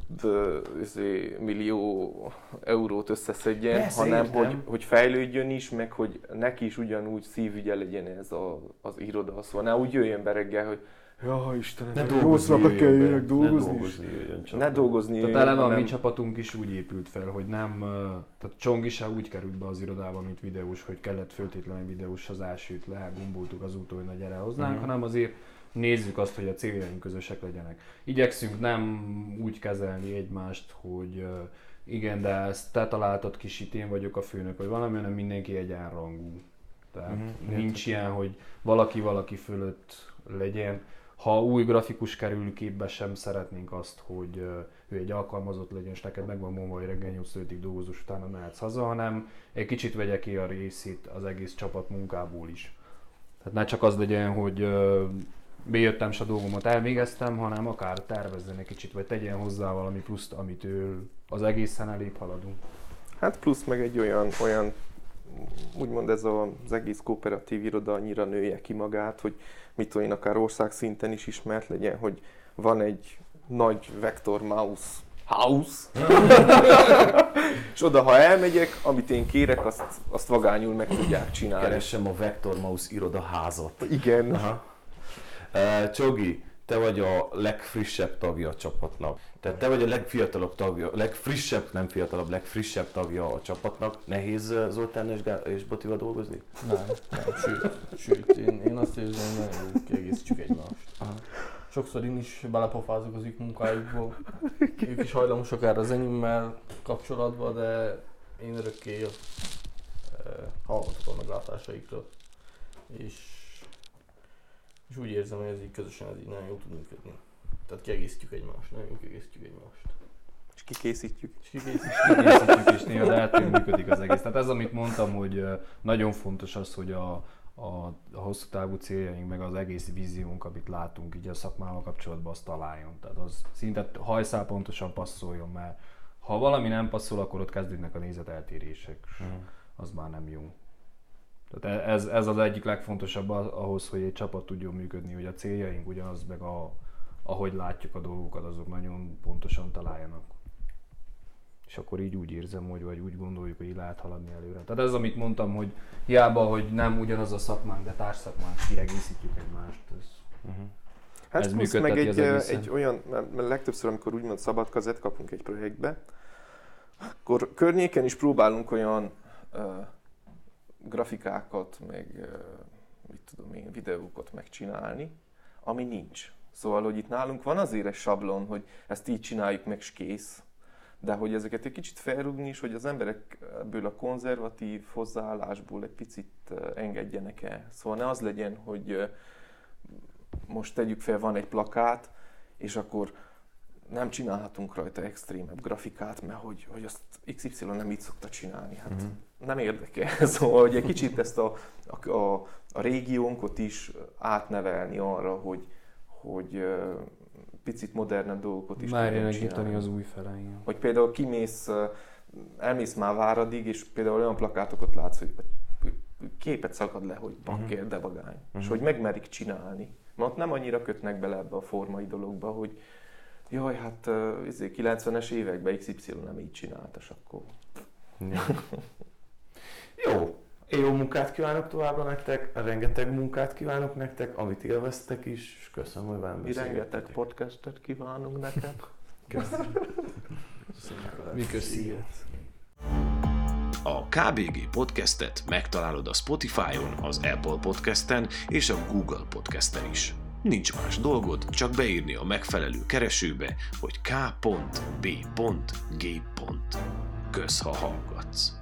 millió eurót összeszedjen, persze, hanem hogy fejlődjön is, meg hogy neki is ugyanúgy szívügye legyen ez az iroda. Szóval ne úgy jöjjön be reggel, hogy ja, Istenem, 8 napra kell jöjjön dolgozni. Ne dolgozni jöjjön. Tehát eleve a mi csapatunk is úgy épült fel, hogy nem, tehát Csong is úgy került be az irodába, mint videós, hogy kellett föltétlenül videós az elsőt, legomboltuk az úton, hogy na gyere hozzánk, hanem azért nézzük azt, hogy a céljaink közösek legyenek. Igyekszünk nem úgy kezelni egymást, hogy igen, de ezt te találtad kis, itt én vagyok a főnök, vagy valami, hanem mindenki egyenrangú. Tehát nincs ilyen, hogy valaki fölött legyen. Ha új grafikus kerül képbe, sem szeretnénk azt, hogy ő egy alkalmazott legyen, és neked megvan mondva, hogy reggel 8-5-ig dolgozós, utána mehetsz haza, hanem egy kicsit vegye ki a részét az egész csapat munkából is. Tehát ne csak az legyen, hogy bejöttem, s a dolgomat elvégeztem, hanem akár tervezzen egy kicsit, vagy tegyen hozzá valami pluszt, amitől az egészen elébb haladunk. Hát plusz meg egy olyan úgymond ez az egész kooperatív iroda annyira nője ki magát, hogy mit tudom én, akár országszinten is ismert legyen, hogy van egy nagy Vector Mouse house, és oda, ha elmegyek, amit én kérek, azt vagányul meg tudják csinálni. Keressem a Vector Mouse irodaházat. Igen. Csogi, te vagy a legfrissebb tagja a csapatnak. Tehát te vagy a legfiatalabb tagja, legfrissebb tagja a csapatnak. Nehéz Zoltán és Botival dolgozni? Nem, sőt én azt érzem, hogy nagyon jó kiegészítsük egymást. Sokszor én is belepofázok az ők munkájukból. Ők is hajlamosak erre az enyémmel kapcsolatban, de én örökké hallgatok a meglátásaikra. És És úgy érzem, hogy ez így közösen ez így nagyon jól tud működni. Tehát kiegészítjük egymást, nagyon kiegészítjük egymást. És kikészítjük. Kikészítjük is néha, de ettől működik az egész. Tehát ez, amit mondtam, hogy nagyon fontos az, hogy a hosszú távú céljaink, meg az egész víziónk, amit látunk így a szakmával kapcsolatban, azt találjon. Tehát az szinte hajszál pontosan passzoljon, mert ha valami nem passzol, akkor ott kezdődnek a nézeteltérések. Az már nem jó. Tehát ez az egyik legfontosabb ahhoz, hogy egy csapat tudjon működni, hogy a céljaink ugyanaz, meg ahogy látjuk a dolgokat, azok nagyon pontosan találjanak. És akkor így úgy érzem, vagy úgy gondoljuk, hogy így lehet haladni előre. Tehát ez, amit mondtam, hogy hiába, hogy nem ugyanaz a szakmánk, de társszakmánk, kiegészítjük egymást. Hát ez plusz meg működteti egy olyan, mert legtöbbször, amikor úgymond szabad kezet kapunk egy projektbe, akkor környéken is próbálunk olyan grafikákat, meg mit tudom én, videókat megcsinálni, ami nincs. Szóval, hogy itt nálunk van azért egy sablon, hogy ezt így csináljuk meg, és kész. De hogy ezeket egy kicsit felrúgni is, hogy az emberek ebből a konzervatív hozzáállásból egy picit engedjenek el. Szóval ne az legyen, hogy most tegyük fel, van egy plakát, és akkor nem csinálhatunk rajta extrémebb grafikát, mert hogy azt XY nem így szokta csinálni. Hát nem érdekel. Szóval, hogy egy kicsit ezt a régiónkot is átnevelni arra, hogy picit modernebb dolgokat is tudjunk csinálni. Az új felein. Hogy például elmész már Váradig, és például olyan plakátokat látsz, hogy képet szakad le, hogy bakker, de vagány. És hogy megmerik csinálni. Mert ott nem annyira kötnek bele ebbe a formai dologba, hogy jaj, hát 90-es években XY nem így csináltas, akkor... Jó munkát kívánok továbbra nektek, rengeteg munkát kívánok nektek, amit élveztek is, és köszönöm, hogy velem beszélgettetek. Rengeteg podcastet kívánunk neked. Köszönöm. Mi köszönjük. A KBG Podcastet megtalálod a Spotify-on, az Apple Podcasten és a Google Podcasten is. Nincs más dolgod, csak beírni a megfelelő keresőbe, hogy k.b.g. Kösz, ha hallgatsz!